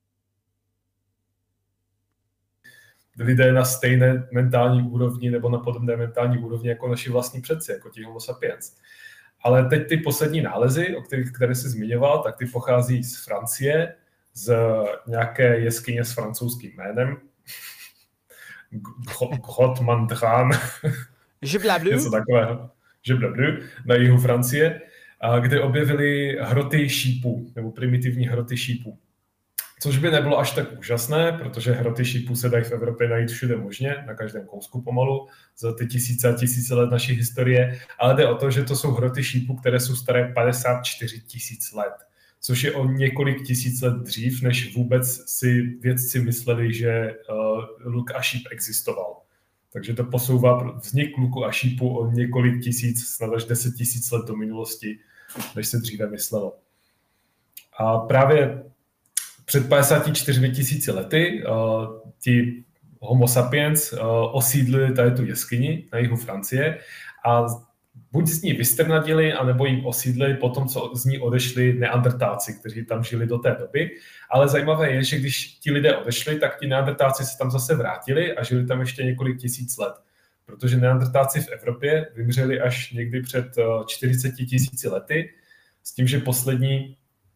lidé na stejné mentální úrovni nebo na podobné mentální úrovni jako naši vlastní předci, jako ti homo sapiens. Ale teď ty poslední nálezy, o kterých, které jsi zmiňoval, tak ty pochází z Francie, z nějaké jeskyně s francouzským jménem. Grotte Mandran. Něco takového. Je blablu, na jihu Francie, kde objevili hroty šípů, nebo primitivní hroty šípů. Což by nebylo až tak úžasné, protože hroty šípů se dají v Evropě najít všude možně, na každém kousku pomalu, za ty tisíce a tisíce let naší historie, ale jde o to, že to jsou hroty šípů, které jsou staré padesát čtyři tisíc let, což je o několik tisíc let dřív, než vůbec si vědci mysleli, že uh, luk a šíp existoval. Takže to posouvá vznik luku a šípu o několik tisíc, snad až deset tisíc let do minulosti, než se dříve myslelo. A právě před padesáti čtyřmi tisíci lety uh, ti homo sapiens uh, osídlili tady tu jeskyni na jihu Francie a buď z ní vystrnadili, anebo jim osídlili po tom, co z ní odešli neandertálci, kteří tam žili do té doby. Ale zajímavé je, že když ti lidé odešli, tak ti neandertálci se tam zase vrátili a žili tam ještě několik tisíc let. Protože neandertálci v Evropě vymřeli až někdy před čtyřiceti tisíci lety, s tím, že poslední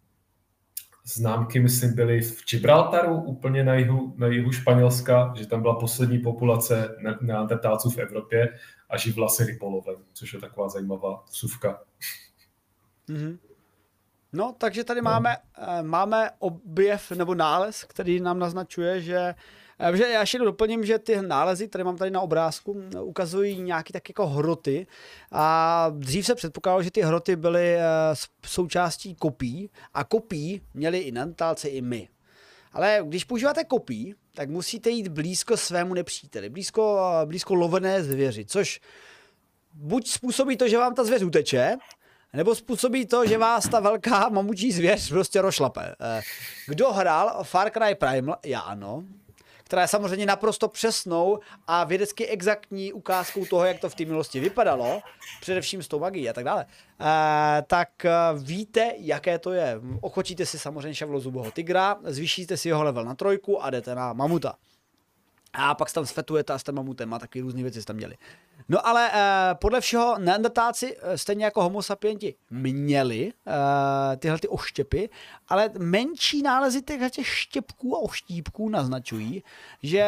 známky, myslím, byly v Gibraltaru, úplně na jihu, na jihu Španělska, že tam byla poslední populace neandertálců v Evropě a živla se rybolovem, což je taková zajímavá vsuvka. Mm-hmm. No, takže tady no. máme, máme objev nebo nález, který nám naznačuje, že že já ještě doplním, že ty nálezy, které mám tady na obrázku, ukazují nějaké tak jako hroty a dřív se předpokládalo, že ty hroty byly součástí kopí a kopí měli i neandertálci, i my. Ale když používáte kopí, tak musíte jít blízko svému nepříteli, blízko, blízko lovené zvěři, což buď způsobí to, že vám ta zvěř uteče, nebo způsobí to, že vás ta velká mamučí zvěř prostě rošlape. Kdo hrál Far Cry Primal? Já ano. Která je samozřejmě naprosto přesnou a vědecky exaktní ukázkou toho, jak to v té minulosti vypadalo, především s tou magií a tak dále, e, tak víte, jaké to je. Ochočíte si samozřejmě šavlozubého tygra, zvýšíte si jeho level na trojku a jdete na mamuta. A pak se tam svetujete a s tím mamutem a taky různé věci jste tam děli. No ale e, podle všeho neandertálci, stejně jako homo sapienti, měli e, tyhle ty oštěpy, ale menší nálezy těch štěpků a oštípků naznačují, že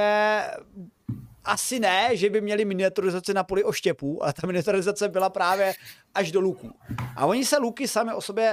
asi ne, že by měli miniaturizaci na poli oštěpů, ale ta miniaturizace byla právě až do luků. A oni se luky sami o sobě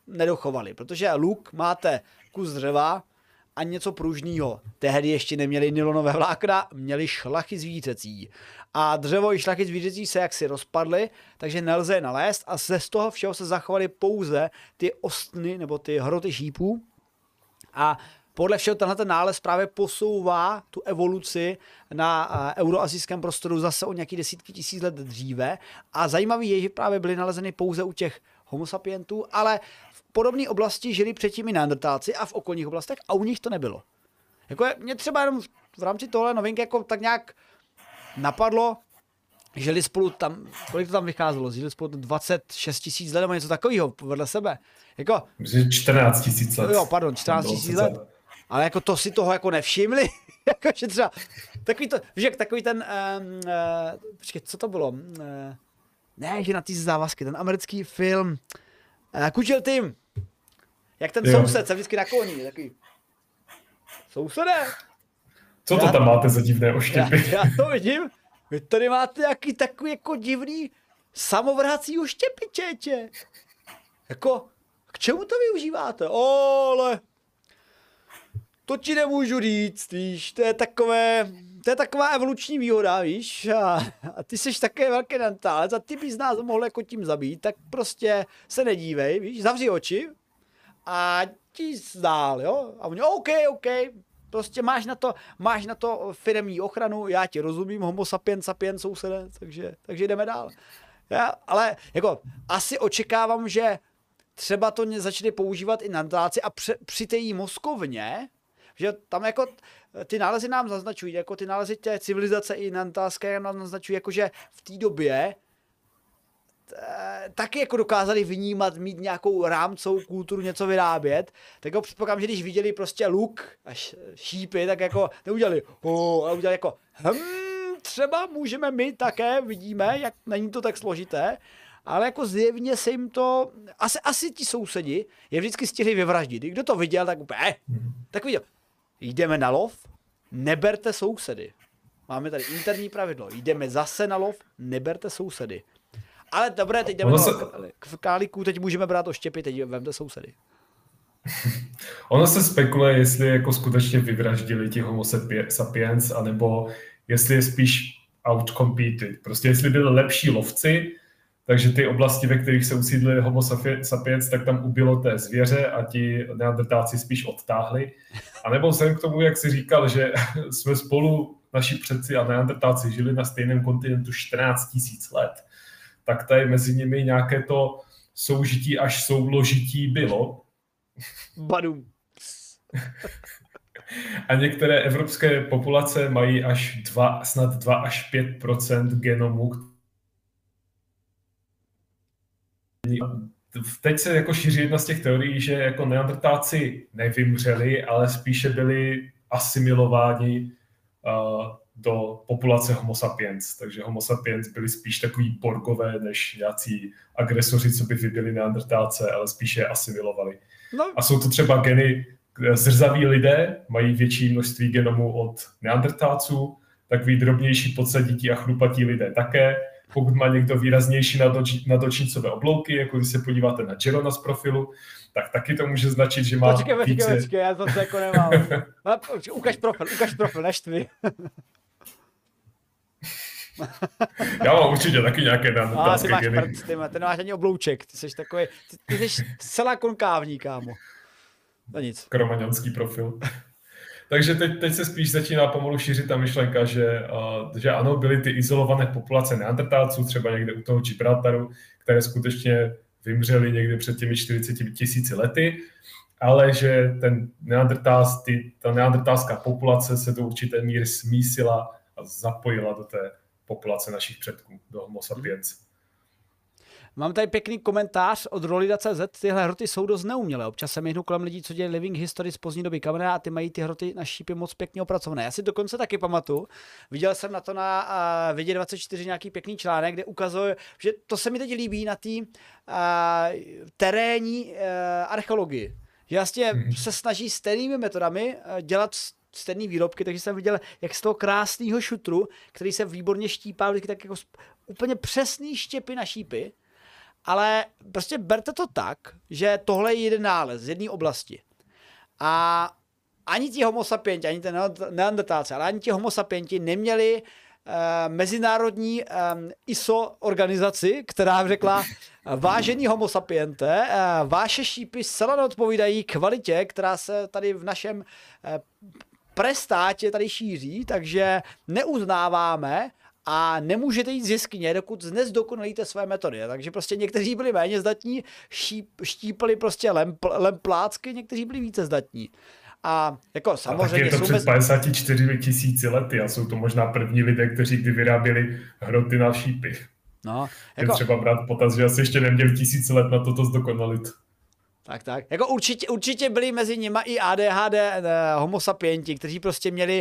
nedochovali, protože luk máte kus dřeva a něco pružného. Tehdy ještě neměli nylonové vlákna, měli šlachy zvířecí. A dřevo i šlachy zvířecí se jaksi rozpadly, takže nelze je nalézt a ze z toho všeho se zachovaly pouze ty ostny nebo ty hroty šípů. A podle všeho tenhle ten nález právě posouvá tu evoluci na euroazijském prostoru zase o nějaký desítky tisíc let dříve. A zajímavý je, že právě byly nalezeny pouze u těch homo sapientů, ale v podobné oblasti žili předtím i neandertálci a v okolních oblastech a u nich to nebylo. Jako je, mě třeba jenom v rámci tohle novinky jako tak nějak napadlo, žili spolu tam, kolik to tam vycházelo, žili spolu dvacet šest tisíc let nebo něco takového vedle sebe. Jako, čtrnáct tisíc let. Jo, pardon, čtrnáct tisíc let. Ale jako to si toho jako nevšimli. Jako, že třeba takový to, víš, jak takový ten, um, uh, počkej, co to bylo? Uh, ne, že na ty závazky, ten americký film uh, Kučel Tim. Jak ten jo. soused se vždycky nakloní, takový. Sousede? Co to já, tam máte za divné oštěpy? Já, já to vidím. Vy tady máte nějaký takový jako divný samovrhací oštěpy, čeče. Jako, k čemu to využíváte? O, ale to ti nemůžu říct, víš, to je takové, to je taková evoluční výhoda, víš, a, a ty jsi také velký neandertálec a ty bys nás mohl jako tím zabít, tak prostě se nedívej, víš, zavři oči a ti zdál, jo, a oni, OK, OK, prostě máš na to, máš na to firemní ochranu, já ti rozumím, homo sapiens sapiens sousede, takže, takže jdeme dál. Já, ale jako asi očekávám, že třeba to začne používat i neandertálci a pře, při té jí mozkovně, že tam jako ty nálezy nám naznačují, jako ty nálezy té civilizace i neandertálské nám naznačují, jako že v té době taky jako dokázali vnímat, mít nějakou rámcovou kulturu, něco vyrábět, tak jako předpokládám, že když viděli prostě luk a šípy, tak jako neudělali, oh, ale udělali jako, hm, třeba můžeme my také, vidíme, jak není to tak složité, ale jako zjevně se jim to, asi, asi ti sousedi je vždycky stihli vyvraždit. Kdo to viděl, tak úplně, eh, tak viděl. Jdeme na lov, neberte sousedy. Máme tady interní pravidlo. Jdeme zase na lov, neberte sousedy. Ale dobré, teď jdeme se... k králíků, teď můžeme brát oštěpy, teď vemte sousedy. Ono se spekuluje, jestli jako skutečně vyvraždili ti homo sapiens, anebo jestli je spíš outcompeted. Prostě jestli byli lepší lovci, takže ty oblasti, ve kterých se usídlili homo sapiens, tak tam ubilo té zvěře a ti neandertálci spíš odtáhli. A nebo jsem k tomu, jak jsi říkal, že jsme spolu, naši předci a neandertálci žili na stejném kontinentu čtrnáct tisíc let, tak tady mezi nimi nějaké to soužití až souložití bylo. Badum. A některé evropské populace mají až dva, snad dva až pět procent genomu. Teď se jako šíří jedna z těch teorií, že jako neandertálci nevymřeli, ale spíše byli asimilováni uh, do populace homo sapiens. Takže homo sapiens byli spíš takový borgové, než nějací agresoři, co by vybili neandertálce, ale spíše je asimilovali. No. A jsou to třeba geny, zrzaví lidé mají větší množství genomu od neandertálců, takový drobnější podsadití a chrupatí lidé také. Pokud má někdo výraznější nadočnicové oblouky, jako když se podíváte na Jerona z profilu, tak taky to může značit, že má počkej, více... Počkej, počkej, já to jako nemám. Ukaž profil, ukaž profil, neštvi. Já mám určitě taky nějaké neandertálské geny. Ale ty máš prd, ty, ty nemáš ani oblouček, ty jsi takový, ty, ty jsi zcela konkávní, kámo. No nic. Kromaňonský profil. Takže teď, teď se spíš začíná pomalu šířit ta myšlenka, že, uh, že ano, byly ty izolované populace neandertálců, třeba někde u toho Gibraltaru, které skutečně vymřely někde před těmi čtyřiceti tisíci lety, ale že ten neandertálsk, ty, ta neandertálská populace se do určité míry smísila a zapojila do té populace našich předků, do homo sapiens. Mám tady pěkný komentář od rolida tečka cé zet. Tyhle hroty jsou dost neumělé. Občas se mi hnu kolem lidí, co dělají living history z pozdní doby kamene a ty mají ty hroty na šípy moc pěkně opracované. Já si dokonce taky pamatuju. Viděl jsem na to na uh, Vědě dvacet čtyři nějaký pěkný článek, kde ukazuje, že to se mi teď líbí na té uh, terénní uh, archeologii. Že vlastně hmm. se snaží stejnými metodami uh, dělat stejné výrobky, takže jsem viděl, jak z toho krásného šutru, který se výborně štípá, tak jako úplně přesný štěpy na šípy. ale prostě berte to tak, že tohle je jeden nález z jedné oblasti. A ani ti homo sapienti, ani ten neandertálci, ale ani ti homo sapienti neměli uh, mezinárodní um, I S O organizaci, která řekla, vážený homo sapiente, uh, vaše šípy zcela neodpovídají kvalitě, která se tady v našem uh, prestátě tady šíří, takže neuznáváme a nemůžete jít z jeskyně, dokud nezdokonalíte své metody. Takže prostě někteří byli méně zdatní, šíp, štípali prostě lempl, lemplácky, někteří byli více zdatní. A jako samozřejmě... A tak je to před padesát čtyřmi tisíci lety a jsou to možná první lidé, kteří kdy vyráběli hroty na šípy. No, jako... Je třeba brát potaz, že asi ještě neměli tisíc let na toto zdokonalit. Tak, tak. Jako určitě, určitě byli mezi nimi i A D H D homo sapienti, kteří prostě měli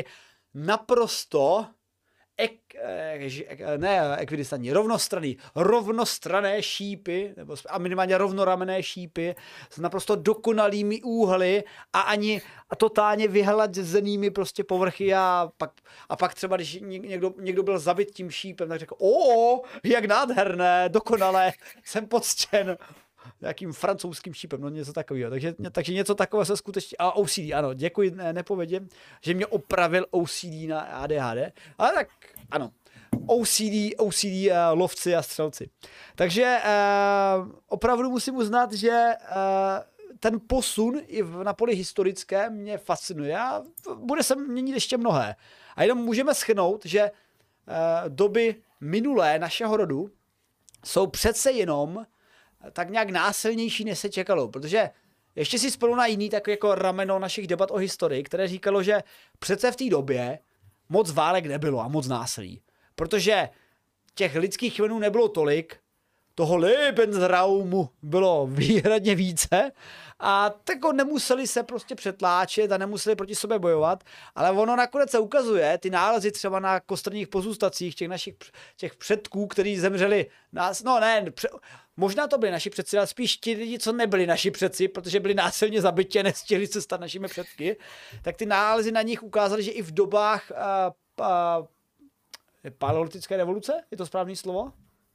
naprosto ek, ek, ne ekvidistantní, rovnostranný, rovnostranné šípy, nebo a minimálně rovnoramenné šípy s naprosto dokonalými úhly a ani a totálně vyhlazenými prostě povrchy a pak, a pak třeba, když někdo, někdo byl zabit tím šípem, tak řekl, o, jak nádherné, dokonalé, jsem poctěn nějakým francouzským šípem, no něco takového. Takže, takže něco takového se skutečně... A O C D, ano, děkuji, ne, nepovědím, že mě opravil O C D na A D H D. Ale tak, ano, O C D, O C D uh, lovci a střelci. Takže uh, opravdu musím uznat, že uh, ten posun i v, na poli historické mě fascinuje a bude se měnit ještě mnohé. A jenom můžeme shrnout, že uh, doby minulé našeho rodu jsou přece jenom tak nějak násilnější, než se čekalo, protože ještě si spolu na jiný tak jako rameno našich debat o historii, které říkalo, že přece v té době moc válek nebylo a moc násilí, protože těch lidských chvenů nebylo tolik, toho Lebensraumu bylo výhradně více a tako nemuseli se prostě přetláčet a nemuseli proti sobě bojovat, ale ono nakonec se ukazuje, ty nálezy třeba na kostrních pozůstacích těch našich těch předků, kteří zemřeli nás, no ne, pře, možná to byli naši předci, ale spíš ti lidi, co nebyli naši předci, protože byli násilně zabiti a nestihli se stát našimi předky, tak ty nálezy na nich ukázaly, že i v dobách a, a, paleolitické revoluce, je to správné slovo?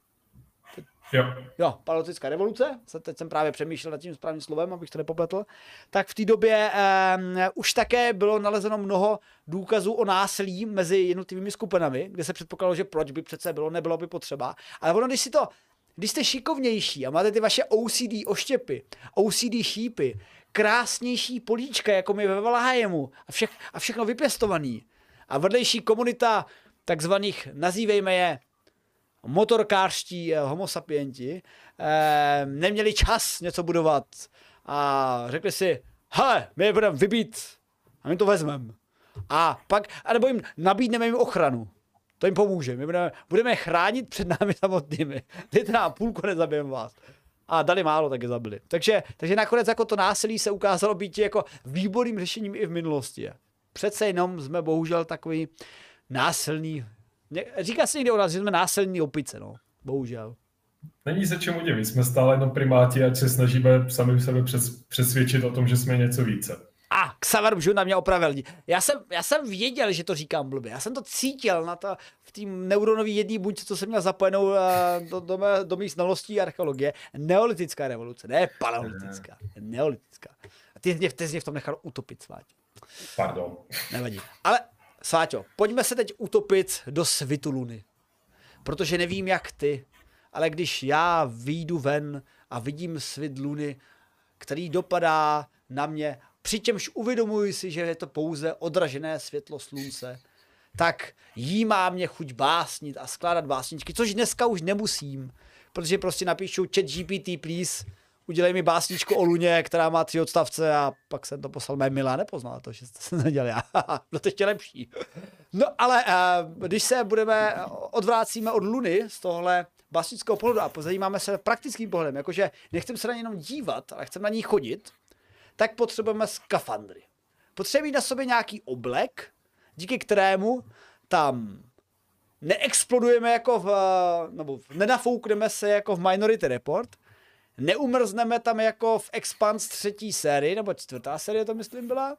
Jo. Jo, paleolitická revoluce, teď jsem právě přemýšlel nad tím správným slovem, abych to nepopletl, tak v té době um, už také bylo nalezeno mnoho důkazů o násilí mezi jednotlivými skupinami, kde se předpokládalo, že proč by přece bylo, nebylo by potřeba. Ale ono, když si to, když jste šikovnější a máte ty vaše O C D oštěpy, O C D šípy, krásnější políčka, jako my ve Valhajemu a, vše, a všechno vypěstovaný a vedlejší komunita takzvaných, nazývejme je, motorkářští homo sapienti eh, neměli čas něco budovat a řekli si, hele, my je budeme vybít a my to vezmeme. A pak, anebo jim nabídneme jim ochranu. To jim pomůže. My budeme, budeme chránit před námi samotnými. Dejte nám půlku, nezabijeme vás. A dali málo, tak je zabili. Takže, takže nakonec jako to násilí se ukázalo být jako výborným řešením i v minulosti. Přece jenom jsme bohužel takový násilný. Říká se někde o nás, že jsme násilní opice, no. Bohužel. Není se čemu divit, jsme stále jenom primáti, ať se snažíme sami sebe přesvědčit o tom, že jsme něco více. A Xaver Bžu na mě opravil. Já jsem, já jsem věděl, že to říkám blbě. Já jsem to cítil na to, v té neuronové jedné buňce, co jsem měl zapojenou uh, do, do, mé, do mých znalostí archeologie. Neolitická revoluce, ne paleolitická. Neolitická. A ty mě, ty jsi mě v tom nechal utopit, Sváťo. Pardon. Nevadí. Ale Sváťo, pojďme se teď utopit do svitu luny. Protože nevím, jak ty, ale když já vyjdu ven a vidím svit luny, který dopadá na mě, přičemž uvědomuji si, že je to pouze odražené světlo slunce, tak jí má mě chuť básnit a skládat básničky, což dneska už nemusím, protože prostě napíšu chat G P T, please, udělej mi básničku o luně, která má tři odstavce a pak jsem to poslal mé milé, nepoznala to, že jste se nedělali já. Bylo to ještě lepší. No ale uh, když se budeme, odvrácíme od luny z tohle básnického pohledu a zajímáme se praktickým pohledem, jakože nechcem se na ně jenom dívat, ale chcem na ní chodit, tak potřebujeme skafandry. Potřebujeme mít na sobě nějaký oblek, díky kterému tam neexplodujeme jako v, nebo nenafoukneme se jako v Minority Report, neumrzneme tam jako v Expanse třetí sérii, nebo čtvrtá série to myslím byla,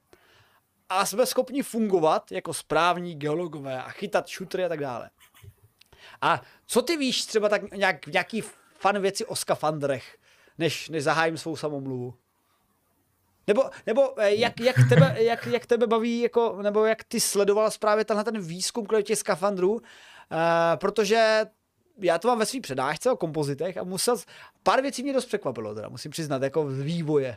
a jsme schopni fungovat jako správní geologové a chytat šutry a tak dále. A co ty víš třeba tak nějak, nějaký fan věci o skafandrech, než, než zahájím svou samomluvu. Nebo, nebo jak, jak, tebe, jak, jak tebe baví, jako, nebo jak ty sledoval právě tenhle ten výzkum kolem těch skafandrů, uh, protože já to mám ve svý přednášce o kompozitech a musel, pár věcí mě dost překvapilo, teda musím přiznat, jako z vývoje.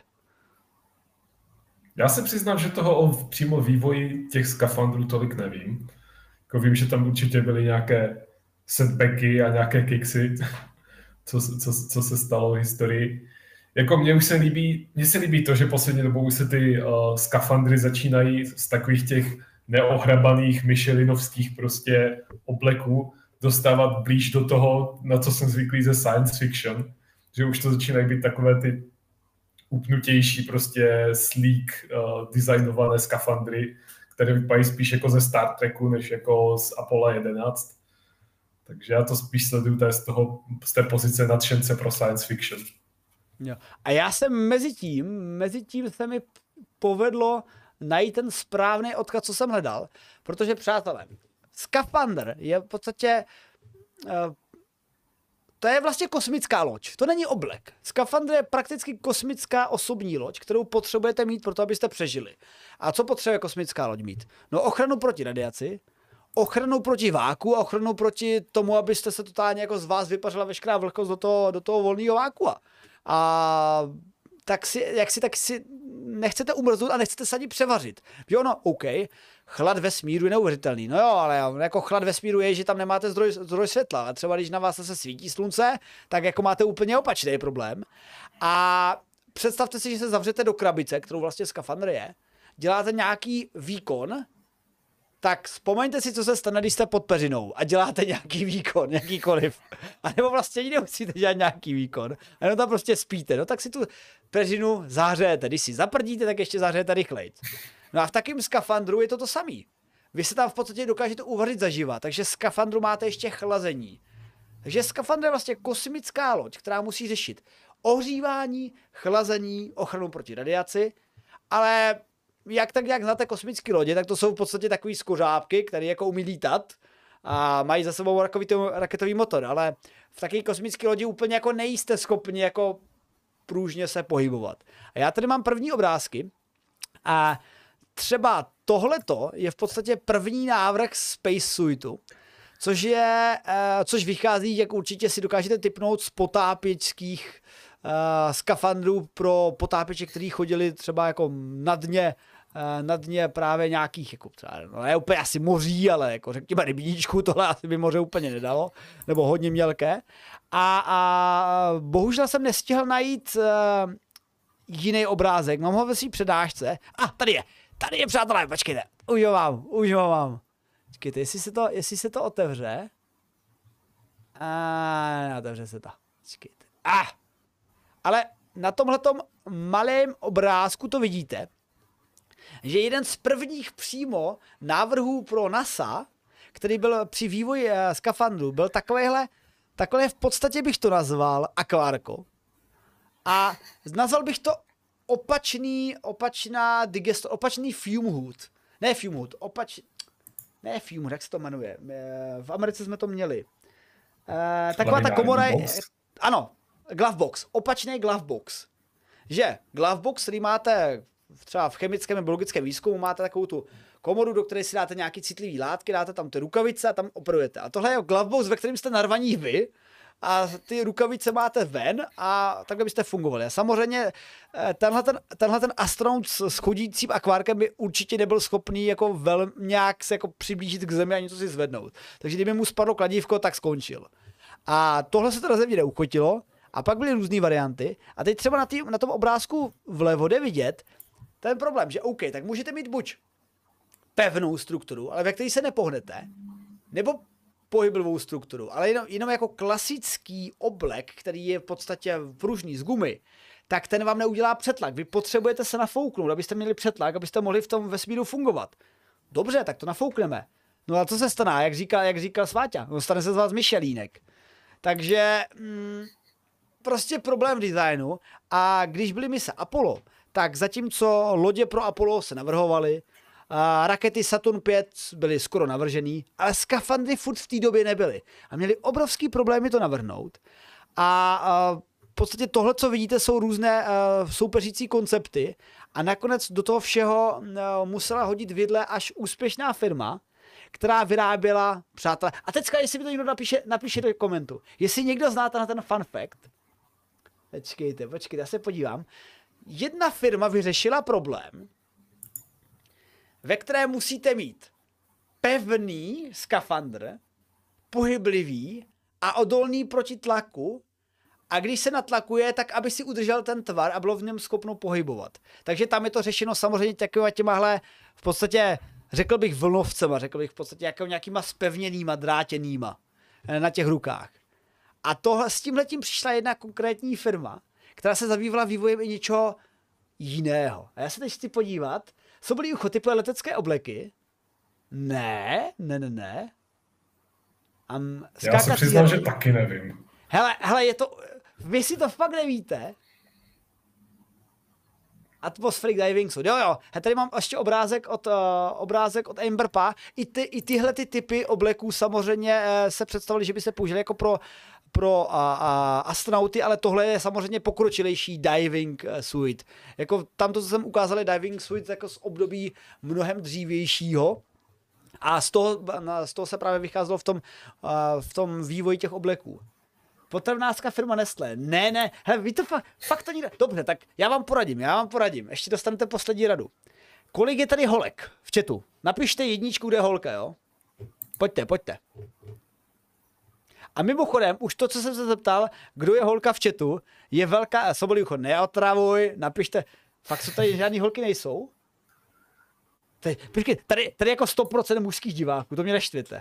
Já se přiznám, že toho o přímo vývoji těch skafandrů tolik nevím. Jako vím, že tam určitě byly nějaké setbacky a nějaké kiksy, co, co, co se stalo v historii. Jako mně už se líbí, mně se líbí to, že poslední dobou už se ty uh, skafandry začínají z takových těch neohrabaných michelinovských prostě obleků dostávat blíž do toho, na co jsem zvyklý ze science fiction, že už to začínají být takové ty upnutější, prostě sleek, uh, designované skafandry, které vypadají spíš jako ze Star Treku, než jako z Apollo jedenáct. Takže já to spíš sleduju z, toho, z té pozice nadšence pro science fiction. Jo. A já jsem mezi tím, mezi tím se mi povedlo najít ten správný odkaz, co jsem hledal, protože, přátelé, skafandr je v podstatě, uh, to je vlastně kosmická loď, to není oblek. Skafandr je prakticky kosmická osobní loď, kterou potřebujete mít pro to, abyste přežili. A co potřebuje kosmická loď mít? No ochranu proti radiaci, ochranu proti váku a ochranu proti tomu, abyste se totálně jako z vás vypařila veškerá vlhkost do toho, do toho volného vákua. A tak si, jak si, tak si nechcete umrznout a nechcete se ani převařit. Jo, no, OK, chlad vesmíru je neuvěřitelný. No jo, ale jako chlad vesmíru je, že tam nemáte zdroj, zdroj světla. A třeba když na vás se svítí slunce, tak jako máte úplně opačný problém. A představte si, že se zavřete do krabice, kterou vlastně skafandr je, děláte nějaký výkon, tak vzpomeňte si, co se stane, když jste pod peřinou a děláte nějaký výkon, jakýkoliv. A nebo vlastně ani nemusíte dělat nějaký výkon. A jenom tam prostě spíte. No tak si tu peřinu zahřejete. Když si zaprdíte, tak ještě zahřejete rychleji. No a v takém skafandru je to to samý. Vy se tam v podstatě dokážete uvařit zaživa, takže v skafandru máte ještě chlazení. Takže skafandr je vlastně kosmická loď, která musí řešit ohřívání, chlazení, ochranu proti radiaci, ale jak tak jak znáte kosmické lodě, tak to jsou v podstatě takový skořápky, které jako umí lítat a mají za sebou raketový motor, ale v takové kosmické lodi úplně jako nejste schopni jako pružně se pohybovat. A já tady mám první obrázky a třeba tohleto je v podstatě první návrh Space Suitu, což je, což vychází, jak určitě si dokážete tipnout z potápěčských uh, skafandrů pro potápěče, kteří chodili třeba jako na dně, uh, na dně právě nějakých, jako třeba, no ne úplně asi moří, ale jako řekněme rybníčku, tohle asi by moře úplně nedalo, nebo hodně mělké. A, a bohužel jsem nestihl najít uh, jiný obrázek, mám ho ve svý přednášce. A ah, tady je, tady je, přátelé, počkejte, už ho mám, už ho mám. Počkejte, jestli se to, jestli se to otevře. A otevře se to. Počkejte. Ah! Ale na tomhletom malém obrázku to vidíte, že jeden z prvních přímo návrhů pro NASA, který byl při vývoji uh, skafandru, byl takovéhle, takové v podstatě bych to nazval akvárko. A nazval bych to opačný, opačná digestor, opačný fume hood. Ne fume hood, opač... Ne fume, jak se to jmenuje. V Americe jsme to měli. E, taková ta komora je... Ano, glovebox. Opačný glovebox. Že glovebox, který máte třeba v chemickém a biologickém výzkumu, máte takovou tu komoru, do které si dáte nějaký citlivý látky, dáte tam ty rukavice a tam operujete. A tohle je glovebox, ve kterém jste narvaní vy. A ty rukavice máte ven a takhle byste fungovali. A samozřejmě tenhle ten, tenhle ten astronaut s chodícím akvárkem by určitě nebyl schopný jako velmi nějak se jako přiblížit k zemi a něco si zvednout. Takže kdyby mu spadlo kladívko, tak skončil. A tohle se teda ze mě neuchotilo a pak byly různé varianty. A teď třeba na, tý, na tom obrázku vlevo jde vidět ten problém, že OK, tak můžete mít buď pevnou strukturu, ale ve které se nepohnete, nebo pohybovou strukturu, ale jenom, jenom jako klasický oblek, který je v podstatě pružný z gumy, tak ten vám neudělá přetlak. Vy potřebujete se nafouknout, abyste měli přetlak, abyste mohli v tom vesmíru fungovat. Dobře, tak to nafoukneme. No a co se stane, jak říkal, jak říkal Sváťa? No, stane se z vás myšelínek. Takže mm, prostě problém v designu. A když byly mise Apollo, tak zatímco lodě pro Apollo se navrhovaly, a rakety Saturn pět byly skoro navržený, ale skafandry furt v té době nebyly. A měli obrovský problémy to navrhnout. A, a v podstatě tohle, co vidíte, jsou různé uh, soupeřící koncepty a nakonec do toho všeho uh, musela hodit vidle až úspěšná firma, která vyráběla, přátelé. A teďka, jestli mi to někdo napíše, napíše do komentu. Jestli někdo znáte na ten fun fact, počkejte, počkejte, já se podívám. Jedna firma vyřešila problém, ve které musíte mít pevný skafandr, pohyblivý a odolný proti tlaku, a když se natlakuje, tak aby si udržel ten tvar a bylo v něm schopno pohybovat. Takže tam je to řešeno samozřejmě těma těmahle v podstatě, řekl bych vlnovcema, řekl bych v podstatě jako nějakýma spevněnýma, drátěnýma na těch rukách. A tohle, s tímhletím přišla jedna konkrétní firma, která se zabývala vývojem i něčeho jiného. A já se teď chci podívat, co byly uchotypové letecké obleky? Ne, ne, ne, ne. Um, já se přiznám, že taky nevím. Hele, hele, je to, vy si to fakt nevíte. Atmospheric diving suit. Jo, jo. He, tady mám ještě obrázek od, uh, obrázek od Emberpa. I, ty, I tyhle ty typy obleků samozřejmě uh, se představili, že by se použili jako pro, pro uh, uh, astronauty, ale tohle je samozřejmě pokročilejší diving uh, suit. Jako tamto, co jsem ukázali, diving suit jako z období mnohem dřívějšího. A z toho, z toho se právě vycházelo v tom, uh, v tom vývoji těch obleků. Potravinářská firma Nestlé. Ne, ne, hele, vy to fakt, fakt to nikde. Dobře, tak já vám poradím, já vám poradím. Ještě dostanete poslední radu. Kolik je tady holek v chatu? Napište jedničku, kde je holka, jo? Pojďte, pojďte. A mimochodem, už to, co jsem se zeptal, kdo je holka v chatu, je velká, Sobolícho, neotravuj, napište, fakt co tady žádný holky nejsou? Tady, počkej, tady, tady jako sto procent mužských diváků, to mě neštvěte.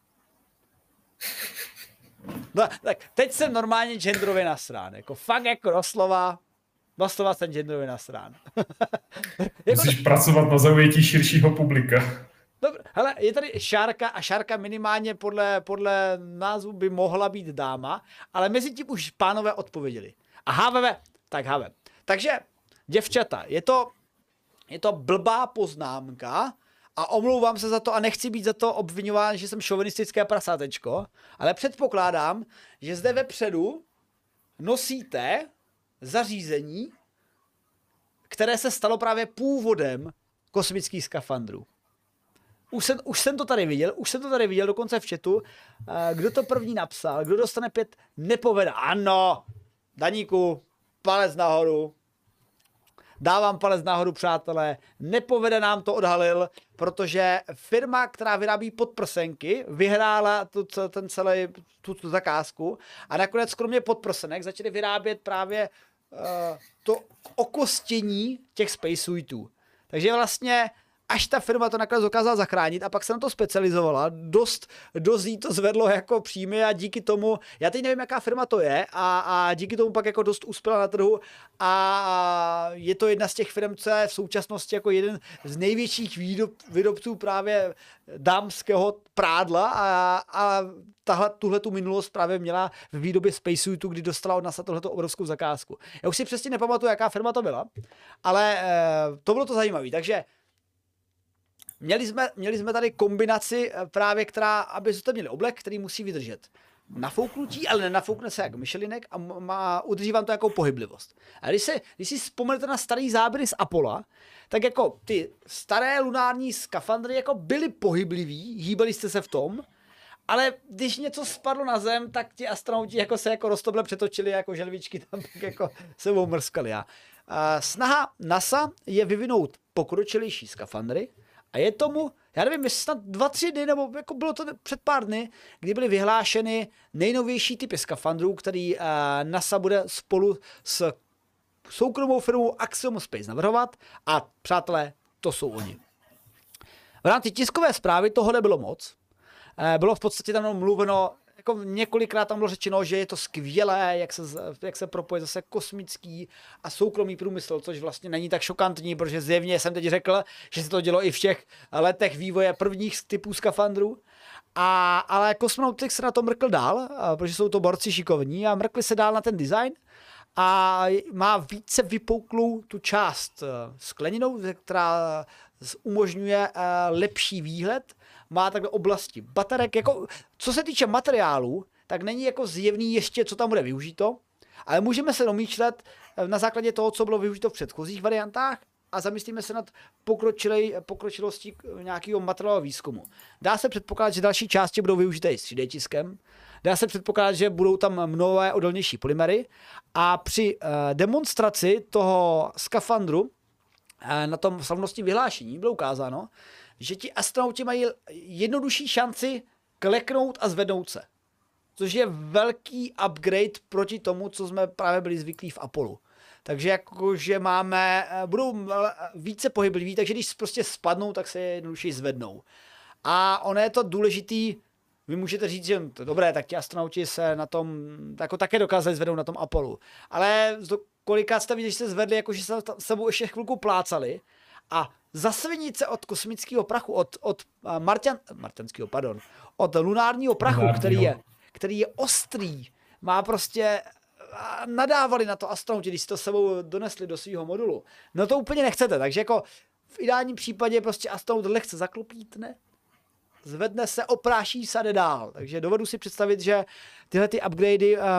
No, tak teď jsem normálně genderově nasrán, jako fakt jako doslova, doslova jsem genderově nasrán. jako Musíš to... pracovat na zaujetí širšího publika. Dobře, hele, je tady Šárka a Šárka minimálně podle, podle názvu by mohla být dáma, ale mezi tím už pánové odpověděli. A há vé vé, tak há vé vé. Takže, děvčata, je to, je to blbá poznámka, a omlouvám se za to a nechci být za to obviňován, že jsem šovinistické prasátečko, ale předpokládám, že zde vepředu nosíte zařízení, které se stalo právě původem kosmických skafandrů. Už jsem, už jsem to tady viděl, už jsem to tady viděl dokonce v chatu. Kdo to první napsal, kdo dostane pět, nepovede. Ano, Daníku, palec nahoru. Dávám palec nahoru, přátelé, nepovede nám to, odhalil, protože firma, která vyrábí podprsenky, vyhrála tu, ten celý, tu, tu zakázku a nakonec kromě podprsenek začali vyrábět právě uh, to okostění těch spacesuitů. Takže vlastně až ta firma to nakonec dokázala zachránit a pak se na to specializovala, dost, dost jí to zvedlo jako příjmy a díky tomu, já teď nevím, jaká firma to je a, a díky tomu pak jako dost uspěla na trhu a je to jedna z těch firm, co je v současnosti jako jeden z největších výrob, výrobců právě dámského prádla a, a tahle, tuhle tu minulost právě měla v výrobě spacesuitu, kdy dostala od NASA tohleto obrovskou zakázku. Já už si přesně nepamatuju, jaká firma to byla, ale e, to bylo to zajímavé, takže Měli jsme, měli jsme tady kombinaci právě, která, aby jste měli oblek, který musí vydržet nafouknutí, ale nenafoukne se jako myšelinek a má, udrží vám to jako pohyblivost. A když, se, když si vzpomenete na starý záběry z Apollo, tak jako ty staré lunární skafandry jako byly pohybliví, hýbali jste se v tom, ale když něco spadlo na zem, tak ti astronauti jako se jako roztoble přetočili jako želvičky, tam tak jako se omrskali. A snaha NASA je vyvinout pokročilejší skafandry, a je tomu, já nevím, jestli snad dva, tři dny, nebo jako bylo to před pár dny, kdy byly vyhlášeny nejnovější typy skafandrů, který uh, NASA bude spolu s soukromou firmou Axiom Space navrhovat a přátelé, to jsou oni. V rámci tiskové zprávy toho nebylo moc. Uh, bylo v podstatě tam mluveno, jako několikrát tam bylo řečeno, že je to skvělé, jak se, jak se propoje zase kosmický a soukromý průmysl, což vlastně není tak šokantní, protože zjevně jsem teď řekl, že se to dělo i v těch letech vývoje prvních typů skafandrů. A, ale kosmonautik se na to mrkl dál, protože jsou to borci šikovní a mrkli se dál na ten design a má více vypouklou tu část skleninou, která umožňuje lepší výhled. Má takhle oblasti baterek, jako co se týče materiálu, tak není jako zjevný ještě, co tam bude využito, ale můžeme se domýšlet na základě toho, co bylo využito v předchozích variantách a zamyslíme se nad pokročilostí nějakého materiálového výzkumu. Dá se předpokládat, že další části budou využité i s tři dé tiskem, dá se předpokládat, že budou tam nové odolnější polymery a při uh, demonstraci toho skafandru uh, na tom slavnostním vyhlášení bylo ukázáno, že ti astronauti mají jednodušší šanci kleknout a zvednout se. Což je velký upgrade proti tomu, co jsme právě byli zvyklí v Apollu. Takže jakože máme, budou více pohybliví, takže když prostě spadnou, tak se jednodušeji zvednou. A ono je to důležitý, vy můžete říct, že to dobré, tak ti astronauti se na tom, jako také dokázali zvednout na tom Apollu. Ale kolikrát jste viděli, že se zvedli, jakože se sebou ještě chvilku plácali a zasvinit se od kosmického prachu, od, od marťan, marťanského, pardon, od lunárního prachu, lunárního. který je který je ostrý, má prostě, nadávali na to astronauti, když si to s sebou donesli do svého modulu. No to úplně nechcete, takže jako v ideálním případě prostě astronaut lehce zaklopítne, zvedne se, opráší se a jde dál. Takže dovedu si představit, že tyhle ty upgradey um,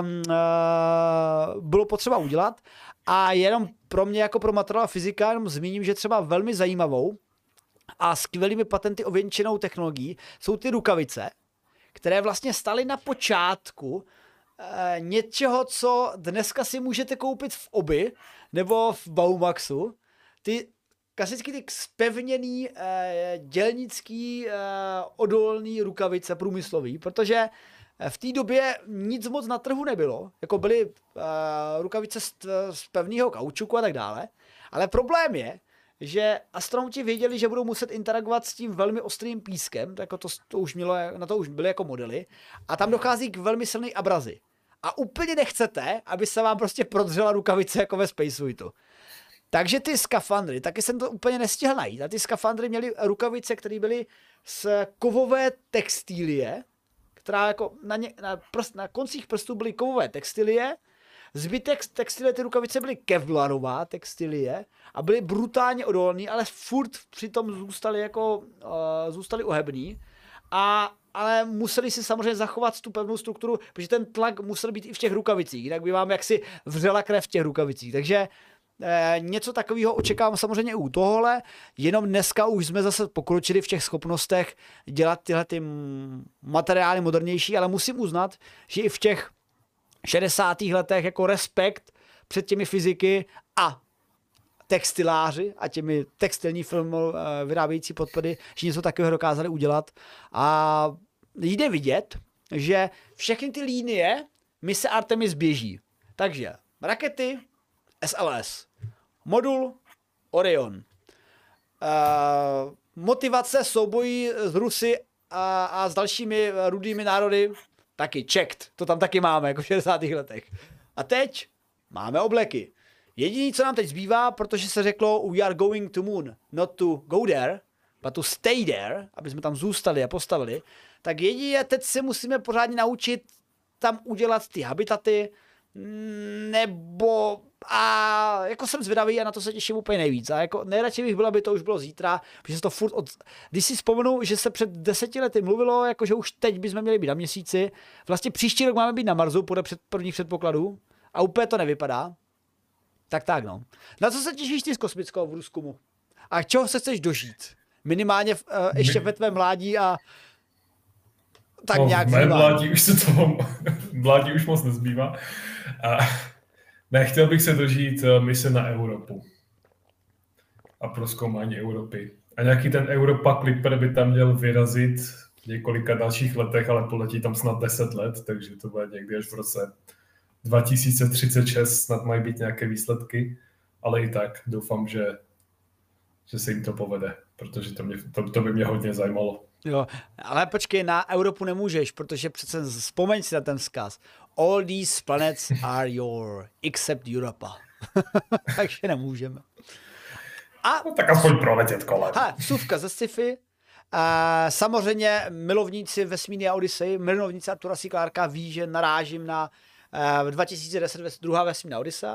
uh, bylo potřeba udělat a jenom pro mě jako pro materiál fyzika jenom zmíním, že třeba velmi zajímavou a skvělými patenty ověnčenou technologií jsou ty rukavice, které vlastně staly na počátku e, něčeho, co dneska si můžete koupit v Obi nebo v Baumaxu. Ty klasicky ty spevněný e, dělnický e, odolný rukavice průmyslový, protože v té době nic moc na trhu nebylo. Jako byly e, rukavice z, z pevného kaučuku a tak dále. Ale problém je, že astronauti věděli, že budou muset interagovat s tím velmi ostrým pískem, jako to, to už mělo, na to už byly jako modely, a tam dochází k velmi silné abrazi. A úplně nechcete, aby se vám prostě prodřela rukavice jako ve Spacesuitu. Takže ty skafandry, taky jsem to úplně nestihl najít, a ty skafandry měly rukavice, které byly z kovové textilie, která jako na, ně, na, prst, na koncích prstů byly kovové textilie, zbytek textilie, ty rukavice byly kevlarová textilie a byly brutálně odolný, ale furt přitom zůstaly jako, uh, zůstaly ohebný. A, ale museli si samozřejmě zachovat tu pevnou strukturu, protože ten tlak musel být i v těch rukavicích, jinak by vám jaksi vřela krev v těch rukavicích. Takže eh, něco takového očekávám samozřejmě i u tohohle, jenom dneska už jsme zase pokročili v těch schopnostech dělat tyhle ty materiály modernější, ale musím uznat, že i v těch šedesátých letech jako respekt před těmi fyziky a textiláři a těmi textilní firmy vyrábějící podpady, že něco takového dokázali udělat. A jde vidět, že všechny ty linie mise Artemis běží. Takže rakety S L S, modul Orion, uh, motivace soubojí s Rusy a, a s dalšími rudými národy taky checked, to tam taky máme, jako v šedesátých letech. A teď máme obleky. Jediný, co nám teď zbývá, protože se řeklo we are going to moon, not to go there, but to stay there, aby jsme tam zůstali a postavili, tak jedině teď se musíme pořádně naučit tam udělat ty habitaty, nebo a jako jsem zvědavý a na to se těším úplně nejvíc. A jako nejradši bych byl, aby to už bylo zítra, protože se to furt od... Když si vzpomenu, že se před deseti lety mluvilo, jako že už teď bychom měli být na měsíci, vlastně příští rok máme být na Marsu podle před prvních předpokladů a úplně to nevypadá. Tak tak no. Na co se těšíš ty z kosmického průzkumu? A čeho se chceš dožít? Minimálně v, uh, ještě ve tvém mládí a tak no, nějak. V mém mládí už se toho mládí už moc nezbývá. A nechtěl bych se dožít mise na Evropu a prozkoumání Evropy. A nějaký ten Europa Clipper by tam měl vyrazit v několika dalších letech, ale poletí tam snad deset let, takže to bude někdy až v roce dva tisíce třicet šest snad mají být nějaké výsledky, ale i tak doufám, že, že se jim to povede, protože to, mě, to, to by mě hodně zajímalo. Jo, ale počkej, na Evropu nemůžeš, protože přece vzpomeň si na ten vzkaz. All these planets are your, except Europa. Takže nemůžeme. A no, tak aspoň proletět kolem. Ha, vsuvka ze sci-fi. Uh, samozřejmě milovníci vesmírné a Odyssey, milovníci Artura C. Clarka ví, že narážím na uh, dva tisíce deset druhá vesmírná Odyssea.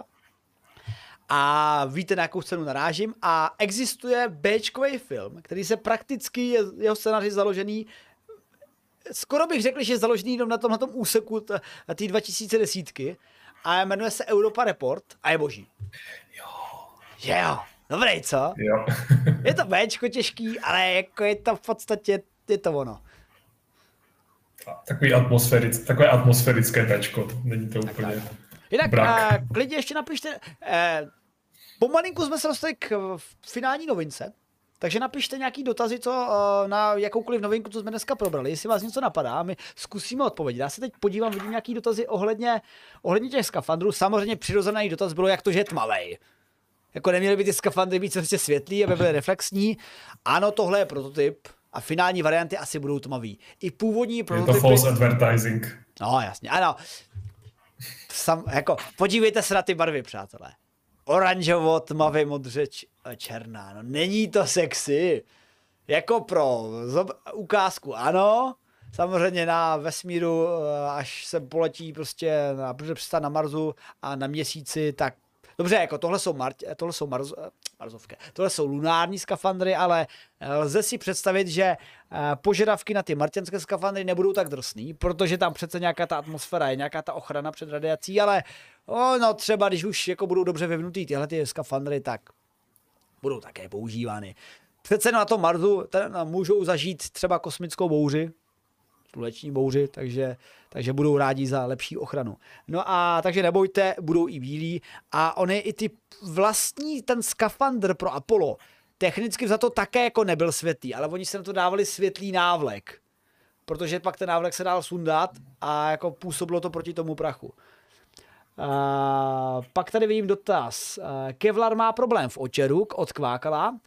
A víte, na jakou scénu narážím. A existuje béčkový film, který se prakticky, je, jeho scénář je založený skoro bych řekl, že je založený jenom na tomhle úseku té dva tisíce desítky a jmenuje se Europa Report a je boží. Jo. Jo, dobrý, co? Jo. Je to Bčko těžký, ale jako je to v podstatě, je to ono. Takový atmosféric, takové atmosférické Bčko, není to úplně tak. Jinak a, klidně ještě napište, eh, pomalinku jsme se dostali k finální novince, takže napište nějaký dotazy, co eh, na jakoukoliv novinku, co jsme dneska probrali, jestli vás něco napadá, my zkusíme odpovědět. Já se teď podívám, vidím nějaký dotazy ohledně, ohledně těch skafandrů, samozřejmě přirozený dotaz bylo, jak to, že je tmavej. Jako neměly by ty skafandry být prostě světlý, aby byly reflexní. Ano, tohle je prototyp a finální varianty asi budou tmavý. I původní prototypy... Je to false advertising. No jasně, ano. Sam, jako, podívejte se na ty barvy, přátelé. Oranžovo, tmavě, modře, černá. No není to sexy. Jako pro zob, ukázku, ano. Samozřejmě na vesmíru, až se poletí prostě na, přistát na Marsu a na Měsíci, tak dobře, jako tohle jsou, mar, tohle jsou marz, marzovky, tohle jsou lunární skafandry, ale lze si představit, že požadavky na ty marťanské skafandry nebudou tak drsný, protože tam přece nějaká ta atmosféra je, nějaká ta ochrana před radiací, ale oh, no třeba když už jako budou dobře vyvinutý tyhle ty skafandry, tak budou také používány. Přece na tom Marsu můžou zažít třeba kosmickou bouři, sluneční bouři, takže, takže budou rádi za lepší ochranu. No a takže nebojte, budou i bílí a on je i ty vlastní, ten skafandr pro Apollo, technicky za to také jako nebyl světlý, ale oni se na to dávali světlý návlek, protože pak ten návlek se dal sundat a jako působilo to proti tomu prachu. A pak tady vidím dotaz. Kevlar má problém v očeru od Kvákala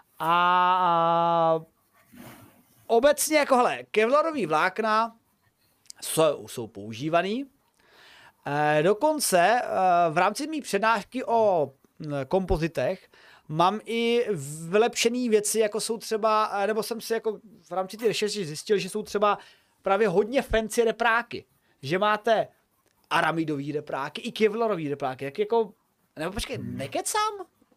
a obecně jako, hele, kevlarový vlákna jsou, jsou používaný. E, dokonce e, v rámci mý přednášky o e, kompozitech mám i vylepšené věci, jako jsou třeba, nebo jsem si jako v rámci té rešerše zjistil, že jsou třeba právě hodně fancy repráky. Že máte aramidový repráky i kevlarový repráky. Jak jako, nebo počkej, nekecám?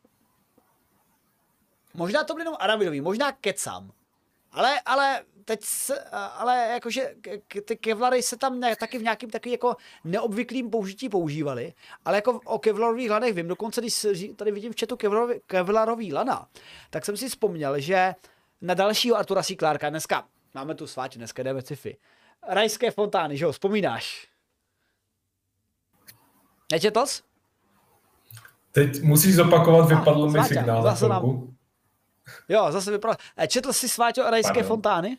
Možná to byly jenom aramidový, možná kecám. Ale, ale teď se, ale jakože ty kevlary se tam taky v nějakým takovým jako neobvyklým použití používaly, ale jako o kevlarových lanech vím, dokonce když tady vidím v chatu kevlarový, kevlarový lana, tak jsem si vzpomněl, že na dalšího Artura C. Clarka, dneska máme tu sváč, dneska jdeme sci-fi, Rajské fontány, že jo, vzpomínáš? Nečetl jsi? Teď musíš zopakovat, vypadl mi signál na chvilku. Jo, zase vypadlo. Četl jsi, Sváťo, Rajské Pardon. fontány?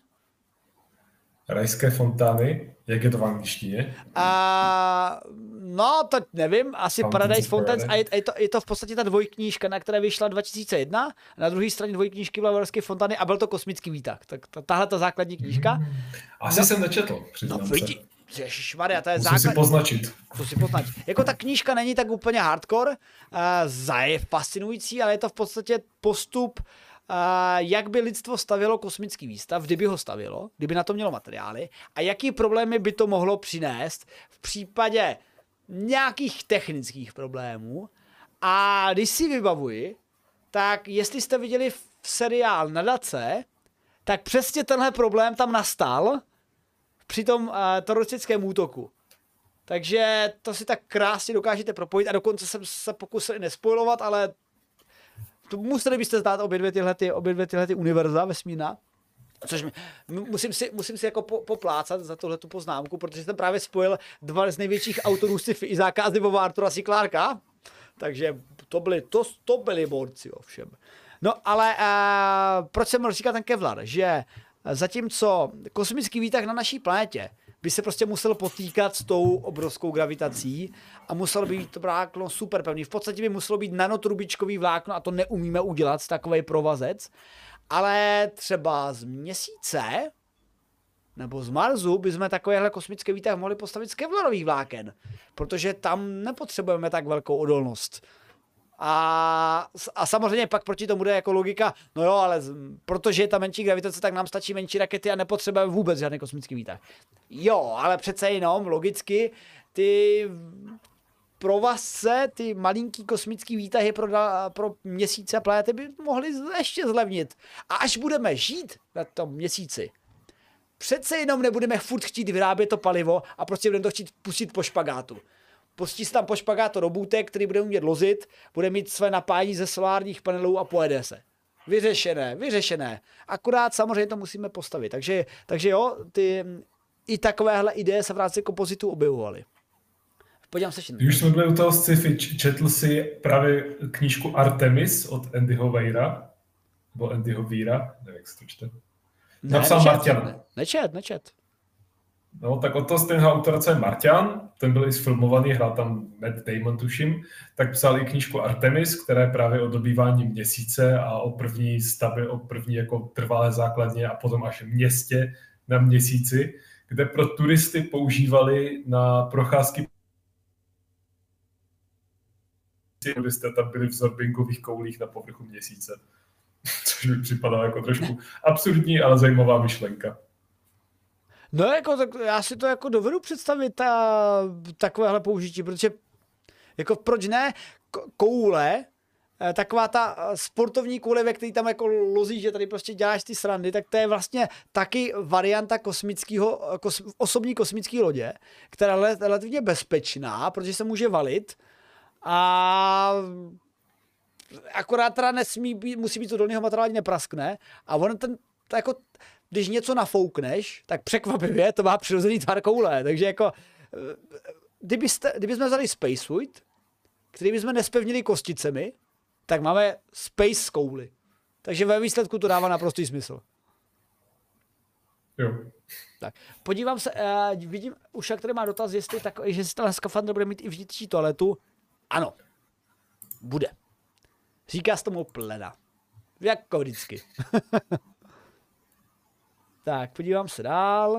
Rajské fontány? Jak je to v angličtině? A, no, to nevím, asi Fountains Paradise Fountains a je, je, to, je to v podstatě ta dvojknížka, na které vyšla dva tisíce jedna, na druhé straně dvojknížky byla Rajské fontány a byl to kosmický výtah. Tak tahle ta základní knížka. Hmm. Asi no, jsem nečetl, přiznám no, vidí. Ježišmarja, to je Musím základ... si poznačit. Musím si poznačit. Jako ta knížka není tak úplně hardcore, uh, je fascinující, ale je to v podstatě postup, uh, jak by lidstvo stavělo kosmický výstav, kdyby ho stavělo, kdyby na to mělo materiály a jaký problémy by to mohlo přinést v případě nějakých technických problémů. A když si vybavuji, tak jestli jste viděli seriál Nadace, tak přesně tenhle problém tam nastal při tom uh, teroristickém útoku. Takže to si tak krásně dokážete propojit a dokonce jsem se pokusil nespoilovat, ale to museli byste znát obě dvě tyhle, ty, obě dvě tyhle ty univerza vesmírná. Což mi, musím si, musím si jako po, poplácat za tohle tu poznámku, protože jsem právě spojil dva z největších autorů sci-fi, Izáka Asimova a Artura C. Clarka. Takže to byli, to, to byli borci ovšem. No ale uh, proč jsem říkal ten Kevlar, že zatímco kosmický výtah na naší planetě by se prostě musel potýkat s tou obrovskou gravitací a muselo by být to vlákno super pevný. V podstatě by muselo být nanotrubičkový vlákno a to neumíme udělat s takovej provazec. Ale třeba z Měsíce nebo z Marsu bychom takovýhle kosmický výtah mohli postavit z kevlarových vláken, protože tam nepotřebujeme tak velkou odolnost. A, a samozřejmě pak proti tomu jde jako logika, no jo, ale protože je ta menší gravitace, tak nám stačí menší rakety a nepotřebujeme vůbec žádný kosmický výtah. Jo, ale přece jenom logicky ty provazce, ty malinký kosmický výtahy pro, pro Měsíce a planety by mohly ještě zlevnit. A až budeme žít na tom Měsíci, přece jenom nebudeme furt chtít vyrábět to palivo a prostě budeme to chtít pustit po špagátu. Pustí se tam po špagátu robůtek, který bude umět lozit, bude mít své napájení ze solárních panelů a pojede se. Vyřešené, vyřešené. Akorát samozřejmě to musíme postavit. Takže, takže jo, ty, i takovéhle ideje se v rámci kompozitu objevovaly. Podívám se ještě. Když jsme byli u toho sci-fi, četl si právě knížku Artemis od Andyho Weira, nebo Andyho Weira, nevím, jak se to čte. Ne, Napsal nečet, Marťan. Ne, nečet, nečet. No, tak od toho stejného autora, co je Marťan, ten byl i sfilmovaný, hrál tam Matt Damon, tuším, tak psal i knížku Artemis, která je právě o dobývání měsíce a o první stavbě, o první jako trvalé základně a potom až městě na měsíci, kde pro turisty používali na procházky. Turisté tam byli v zorbingových koulích na povrchu měsíce. Což mi připadalo jako trošku absurdní, ale zajímavá myšlenka. No jako, tak já si to jako dovedu představit ta, takovéhle použití, protože jako proč ne, koule, taková ta sportovní koule, ve který tam jako lozíš, že tady prostě děláš ty srandy, tak to je vlastně taky varianta kosmického, kos, osobní kosmické lodě, která je relativně bezpečná, protože se může valit a akorát teda nesmí být, musí být odolného materiálu, nepraskne a on ten, to jako když něco nafoukneš, tak překvapivě to má přirozený tvar koule. Takže jako, kdybyste, kdybychom vzali spacesuit, který bychom nespevnili kosticemi, tak máme space kouli. Takže ve výsledku to dává naprostý smysl. Jo. Tak, podívám se, uh, vidím, už jak tady má dotaz, jestli tak, že si ten skafandr bude mít i vnitřní toaletu. Ano, bude. Říká se tomu plena. Jako vždycky. Tak, podívám se dál.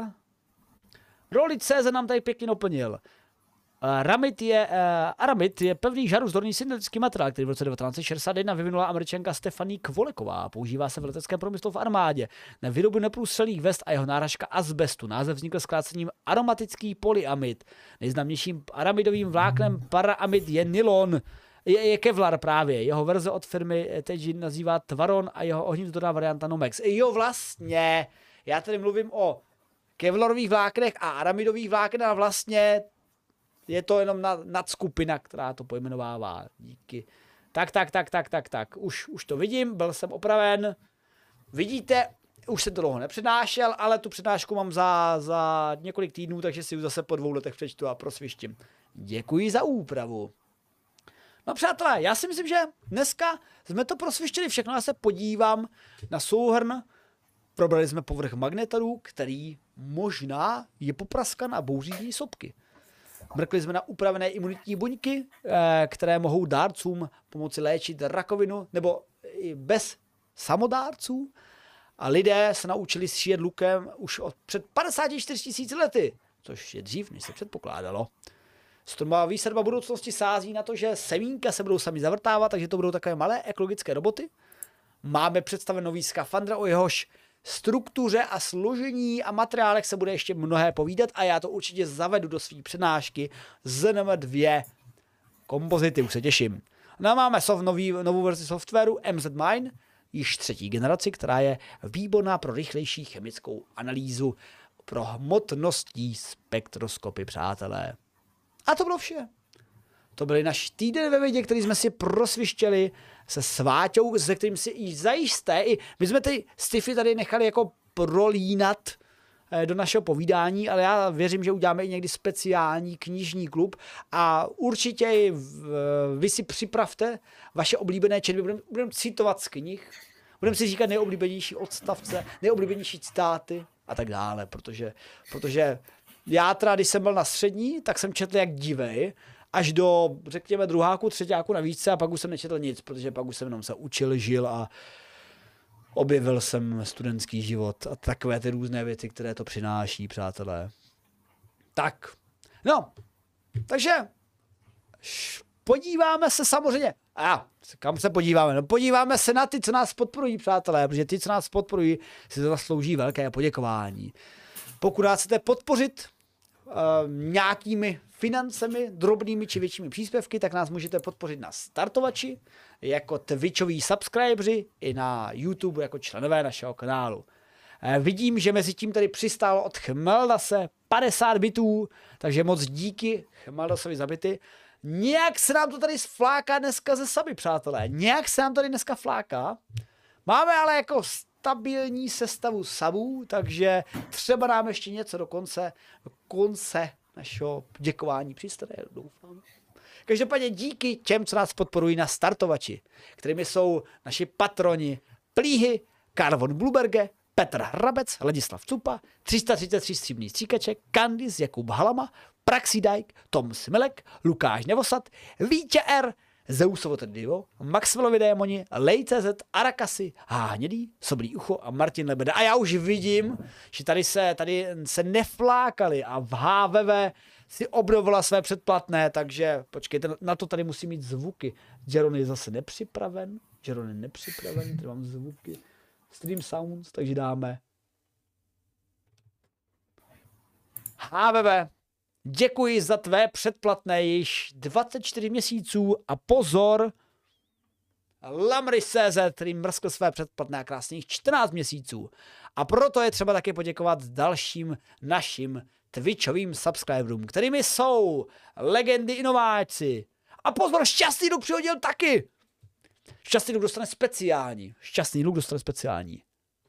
Roli C Z nám tady pěkně doplnil. Uh, Ramit je, uh, Aramid je pevný žarozdorný syntetický materiál, který v roce devatenáct set šedesát jedna vyvinula Američanka Stephanie Kvoleková. Používá se v leteckém průmyslu v armádě. Na výrobu neprůstřelných vest a jeho náhražka azbestu. Název vznikl zkrácením aromatický polyamid. Nejznámějším aramidovým vláknem paraamid je nylon. Je, je Kevlar právě. Jeho verze od firmy Teijin nazývá Tvaron a jeho ohnivzdorná varianta Nomex. Jo, vlastně. Já tady mluvím o kevlarových vláknech a aramidových vláknech a vlastně je to jenom nad, nadskupina, která to pojmenovává. Díky. Tak, tak, tak, tak, tak, tak. Už, už to vidím, byl jsem opraven. Vidíte, už jsem to dlouho nepřednášel, ale tu přednášku mám za, za několik týdnů, takže si ji zase po dvou letech přečtu a prosvištím. Děkuji za úpravu. No přátelé, já si myslím, že dneska jsme to prosvištili všechno. Já se podívám na souhrn. Probrali jsme povrch magnetoru, který možná je popraskan a bouří sopky. Mrkli jsme na upravené imunitní buňky, které mohou dárcům pomoci léčit rakovinu, nebo i bez samodárců. A lidé se naučili šíjet lukem už od před padesáti čtyřmi tisíci lety, což je dřív, než se předpokládalo. Stromová výsadba budoucnosti sází na to, že semínka se budou sami zavrtávat, takže to budou takové malé ekologické roboty. Máme představen nový skafandr, o jehož struktuře a složení a materiálech se bude ještě mnohé povídat a já to určitě zavedu do své přednášky z N M dva kompozity, už se těším. No a máme sov, nový, novou verzi softwaru M Z Mine, již třetí generaci, která je výborná pro rychlejší chemickou analýzu pro hmotnostní spektroskopy, přátelé. A to bylo vše. To byl náš týden ve vědě, který jsme si prosvištěli se Sváťou, se kterým si i zajisté, i my jsme ty sci-fi tady nechali jako prolínat do našeho povídání, ale já věřím, že uděláme i někdy speciální knižní klub a určitě vy si připravte vaše oblíbené četby, budeme budem citovat z knih, budeme si říkat nejoblíbenější odstavce, nejoblíbenější citáty a tak dále, protože, protože já teda, když jsem byl na střední, tak jsem četl jak divej, až do, řekněme, druháku, třetíku na výšce a pak už jsem nečetl nic, protože pak už jsem jenom se učil, žil a objevil jsem studentský život a takové ty různé věci, které to přináší, přátelé. Tak, no, takže podíváme se samozřejmě, a kam se podíváme? No podíváme se na ty, co nás podporují, přátelé, protože ty, co nás podporují, si to zaslouží velké poděkování. Pokud nás chcete podpořit uh, nějakými financemi, drobnými či většími příspěvky, tak nás můžete podpořit na Startovači, jako Twitchoví subscriberi i na YouTube jako členové našeho kanálu. Vidím, že mezi tím tady přistálo od Chmeldase padesát bitů, takže moc díky Chmeldasovi za bity. Nějak se nám to tady fláká dneska ze saby, přátelé. Nějak se nám tady dneska fláká. Máme ale jako stabilní sestavu sabů, takže třeba nám ještě něco do konce, do konce našeho děkování přistane, doufám. Každopádně díky těm, co nás podporují na startovači, kterými jsou naši patroni Plíhy, Karl von Bluberge, Petr Hrabec, Ladislav Cupa, tři sta třicet tři stříbrný stříkaček, Kandis, Jakub Halama, Praxidajk, Tom Smilek, Lukáš Nevosad, Vítě R, Zeusovo Trdivo, Maxwellovi démoni, Lej.cz, Arakasi, Hnědý, Soblý ucho a Martin Lebeda. A já už vidím, že tady se, tady se neflákali a v H V V si obnovila své předplatné, takže počkejte, na to tady musí mít zvuky. Jeron je zase nepřipraven, Jeron je nepřipraven, tady mám zvuky. Stream Sounds, takže dáme H V V. Děkuji za tvé předplatné již dvacet čtyři měsíců a pozor, Lamris tečka cé zet, který mrskl své předplatné a krásných čtrnáct měsíců. A proto je třeba také poděkovat dalším našim Twitchovým subscriberům, kterými jsou Legendy Inováci. A pozor, Šťastný Luk přihodil taky. Šťastný Luk dostane speciální. Šťastný Luk dostane speciální.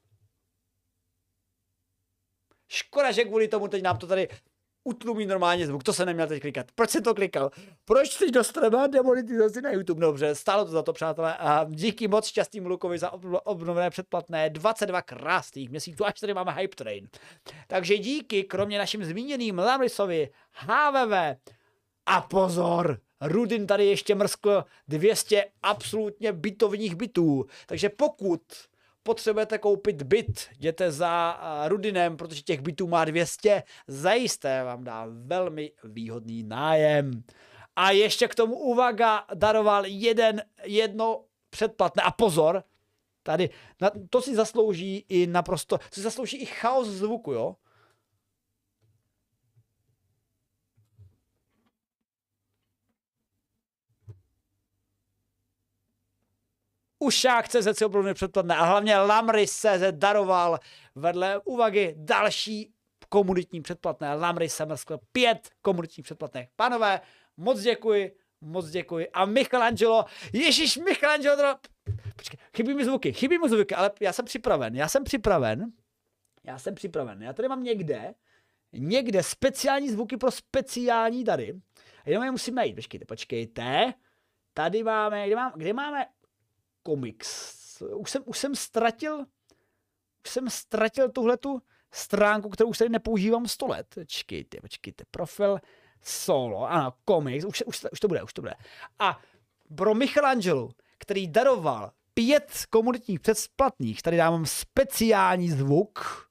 Škoda, že kvůli tomu teď nám to tady utlumí normálně zvuk, to se neměl teď klikat. Proč jsem to klikal? Proč teď dostaneme demonetizaci na YouTube? Dobře, stálo to za to, přátelé. A díky moc Šťastnému Lukovi za obnovené předplatné dvacet dva krásných měsíců, až tady máme Hype Train. Takže díky, kromě našim zmíněným Lamrisovi, H V V a pozor, Rudin tady ještě mrskl dvě stě absolutně bitovních bitů. Takže pokud potřebujete koupit byt, jděte za Rudinem, protože těch bytů má dvě stě, zajisté vám dá velmi výhodný nájem. A ještě k tomu uvaga, daroval jeden, jedno předplatné. A pozor, tady, na, to si zaslouží i naprosto, to si zaslouží i chaos zvuku, jo? Ušák tečka cé zet si opravdu předplatné a hlavně Lamris tečka cé zet daroval vedle úvahy další komunitní předplatné. Lamris se mrskl pět komunitních předplatných. Pánové, moc děkuji, moc děkuji. A Michelangelo, ježíš Michelangelo, teda... Počkej, chybí mi zvuky, chybí mi zvuky, ale já jsem připraven, já jsem připraven, já jsem připraven. Já tady mám někde, někde speciální zvuky pro speciální dary. A jenom je musím najít, počkejte, počkejte. Tady máme, kde, mám, kde máme komiks. Už jsem, už jsem ztratil, už jsem ztratil tuhletu stránku, kterou už tady nepoužívám sto let. Počkejte, počkejte, profil solo, ano, komiks, už, už, už to bude, už to bude. A pro Michelangelo, který daroval pět komunitních předplatných, tady dávám speciální zvuk.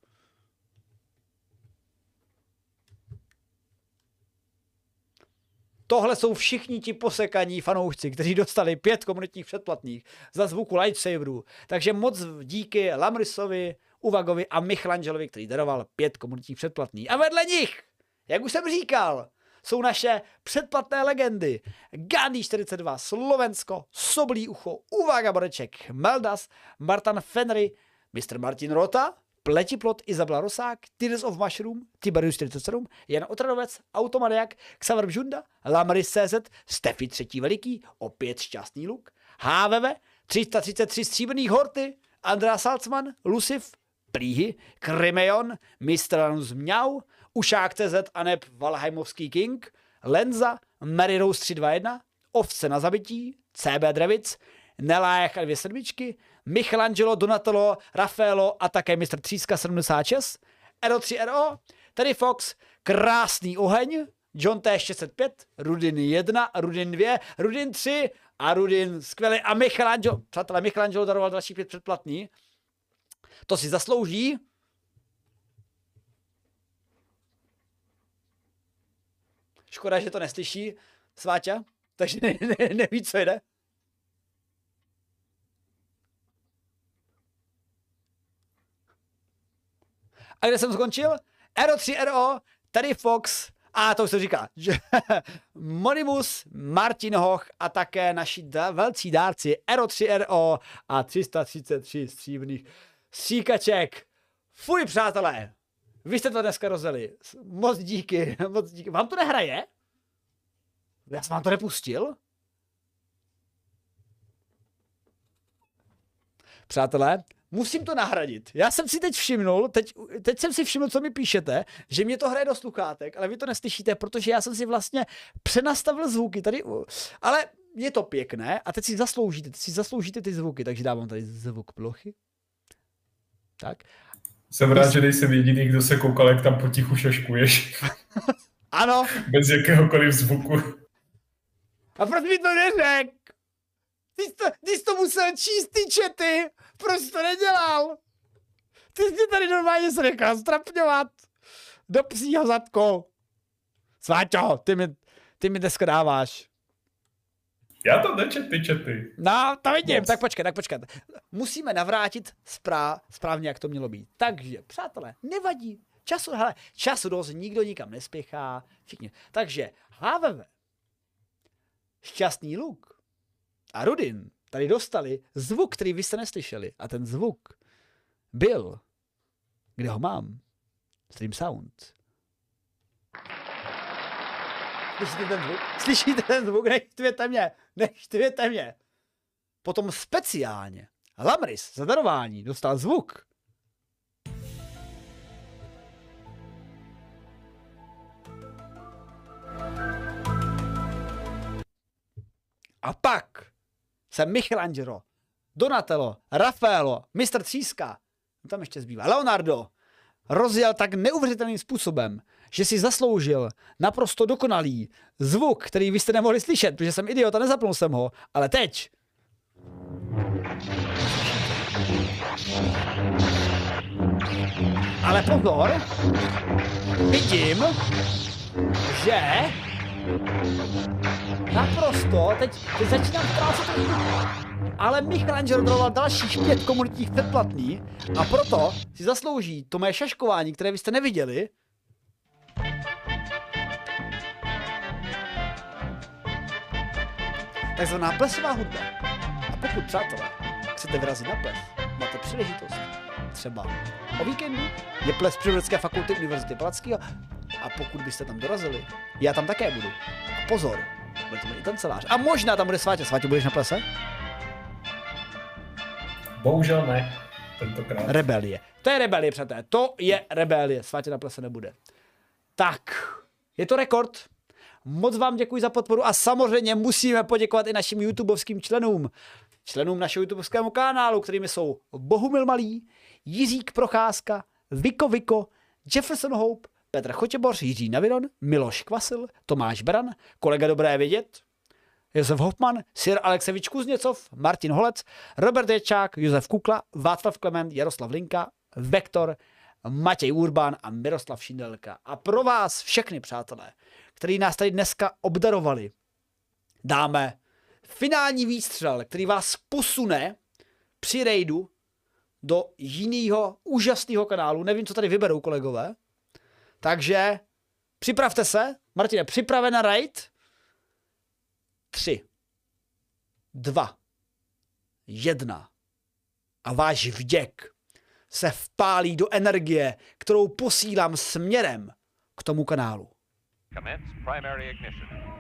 Tohle jsou všichni ti posekaní fanoušci, kteří dostali pět komunitních předplatných za zvuku lightsaberů. Takže moc díky Lamrisovi, Uvagovi a Michelangelovi, který daroval pět komunitních předplatných. A vedle nich, jak už jsem říkal, jsou naše předplatné legendy. Gandhi čtyřicet dva, Slovensko, Soblí ucho, Uvaga Boreček, Meldas, Martin Fenry, mister Martin Rota, Pletiplot, Izabela Rosák, Tears of Mushroom, Tiberius čtyřicet sedm, Jan Otradovec, Automaniak, Xaver Bžunda, Lamris tečka cé zet, Stefy třetí veliký, opět Šťastný Luk, H V V, tři sta třicet tři stříbrných horty, Andrea Salzman, Lucif, Plíhy, Krymeon, mister Lanus Mňau, Ušák tečka cé zet a neb Valheimovský King, Lenza, Mary Rose tři dva jedna, Ovce na zabití, C B Drevic, Nelájach a dvě sedmičky, Michelangelo, Donatello, Rafaelo a také mistr Tříska sedmdesát šest, R O tři R O, Teddy Fox, Krásný oheň, John T šest set pět, Rudin jedna, Rudin dva, Rudin tři a Rudin skvělý a Michelangelo, přátelé, Michelangelo daroval další pět předplatný. To si zaslouží. Škoda, že to neslyší Sváťa, takže ne, ne, neví, co jde. A kde jsem skončil? R O tři R O, Teddy Fox, a to už se říká, Monimus, Martin Hoch a také naši da- velcí dárci R O tři R O a tři sta třicet tři stříbrných stříkaček. Fuj, přátelé. Vy jste to dneska rozjeli. Moc díky, moc díky. Vám to nehraje? Já jsem vám to nepustil? Přátelé, musím to nahradit. Já jsem si teď všimnul, teď, teď jsem si všiml, co mi píšete, že mě to hraje do sluchátek, ale vy to neslyšíte, protože já jsem si vlastně přenastavil zvuky tady, ale je to pěkné a teď si zasloužíte, teď si zasloužíte ty zvuky, takže dávám tady zvuk plochy. Tak. Jsem rád, že nejsem jediný, kdo se koukal, jak tam potichu šaškuješ. Ano. Bez jakéhokoliv zvuku. A proč mi to neřek? Ty jsi to, ty jsi to musel číst ty čety. Proč jsi to nedělal? Ty jsi tady normálně se nechal strapňovat. Do psího zadko. Sváťo, ty mi, ty mi dneska dáváš. Já to nečet ty čety. No, to vidím, Moc. tak počkej, tak počkej. Musíme navrátit sprá, správně, jak to mělo být. Takže, přátelé, nevadí. Času, hele, času dost, nikdo nikam nespěchá. Všichni. Takže, H V V, Šťastný Luk a Rudin tady dostali zvuk, který vy jste neslyšeli. A ten zvuk byl, kde ho mám? Stream Sound. Slyšíte ten zvuk? Slyšíte ten zvuk? Nechtvěte mě! Nechtvěte mě! Potom speciálně Lamris za darování dostal zvuk. A pak se Michelangelo, Donatello, Raffaello, mistr Tříska, tam ještě zbývá, Leonardo, rozjel tak neuvěřitelným způsobem, že si zasloužil naprosto dokonalý zvuk, který vy jste nemohli slyšet, protože jsem idiot a nezapnul jsem ho, ale teď. Ale pozor, vidím, že naprosto, teď, teď začínám ztrácet trošku, ale Michelangelo daroval dalších pět komunitních předplatný a proto si zaslouží to mé šaškování, které vy jste neviděli. Takzvaná plesová hudba. A pokud, přátelé, chcete vyrazit na ples, máte příležitost třeba o víkendu, je ples Přírodovědecké fakulty Univerzity Palackého a pokud byste tam dorazili, já tam také budu. A pozor, bude to mít i kancelář. A možná tam bude Sváťa. Sváťa, budeš na plese? Bohužel ne, tentokrát. Rebelie. To je rebelie, přátelé. To je rebelie. Sváťa na plese nebude. Tak, je to rekord. Moc vám děkuji za podporu a samozřejmě musíme poděkovat i našim YouTubeovským členům. Členům našeho YouTubeovského kanálu, kterými jsou Bohumil Malý, Jiřík Procházka, Viko Viko, Jefferson Hope, Petr Chotěboř, Jiří Naviron, Miloš Kvasil, Tomáš Beran, kolega Dobré vědět, Josef Hoffman, Sir Alexevič Kuzněcov, Martin Holec, Robert Ječák, Josef Kukla, Václav Klement, Jaroslav Linka, Vektor, Matěj Urban a Miroslav Šindelka. A pro vás všechny, přátelé, který nás tady dneska obdarovali, dáme finální výstřel, který vás posune při rejdu do jiného úžasného kanálu. Nevím, co tady vyberou kolegové. Takže připravte se. Martine, připraven na raid? Tři, dva, jedna. A váš vděk se vpálí do energie, kterou posílám směrem k tomu kanálu. Commence primary ignition.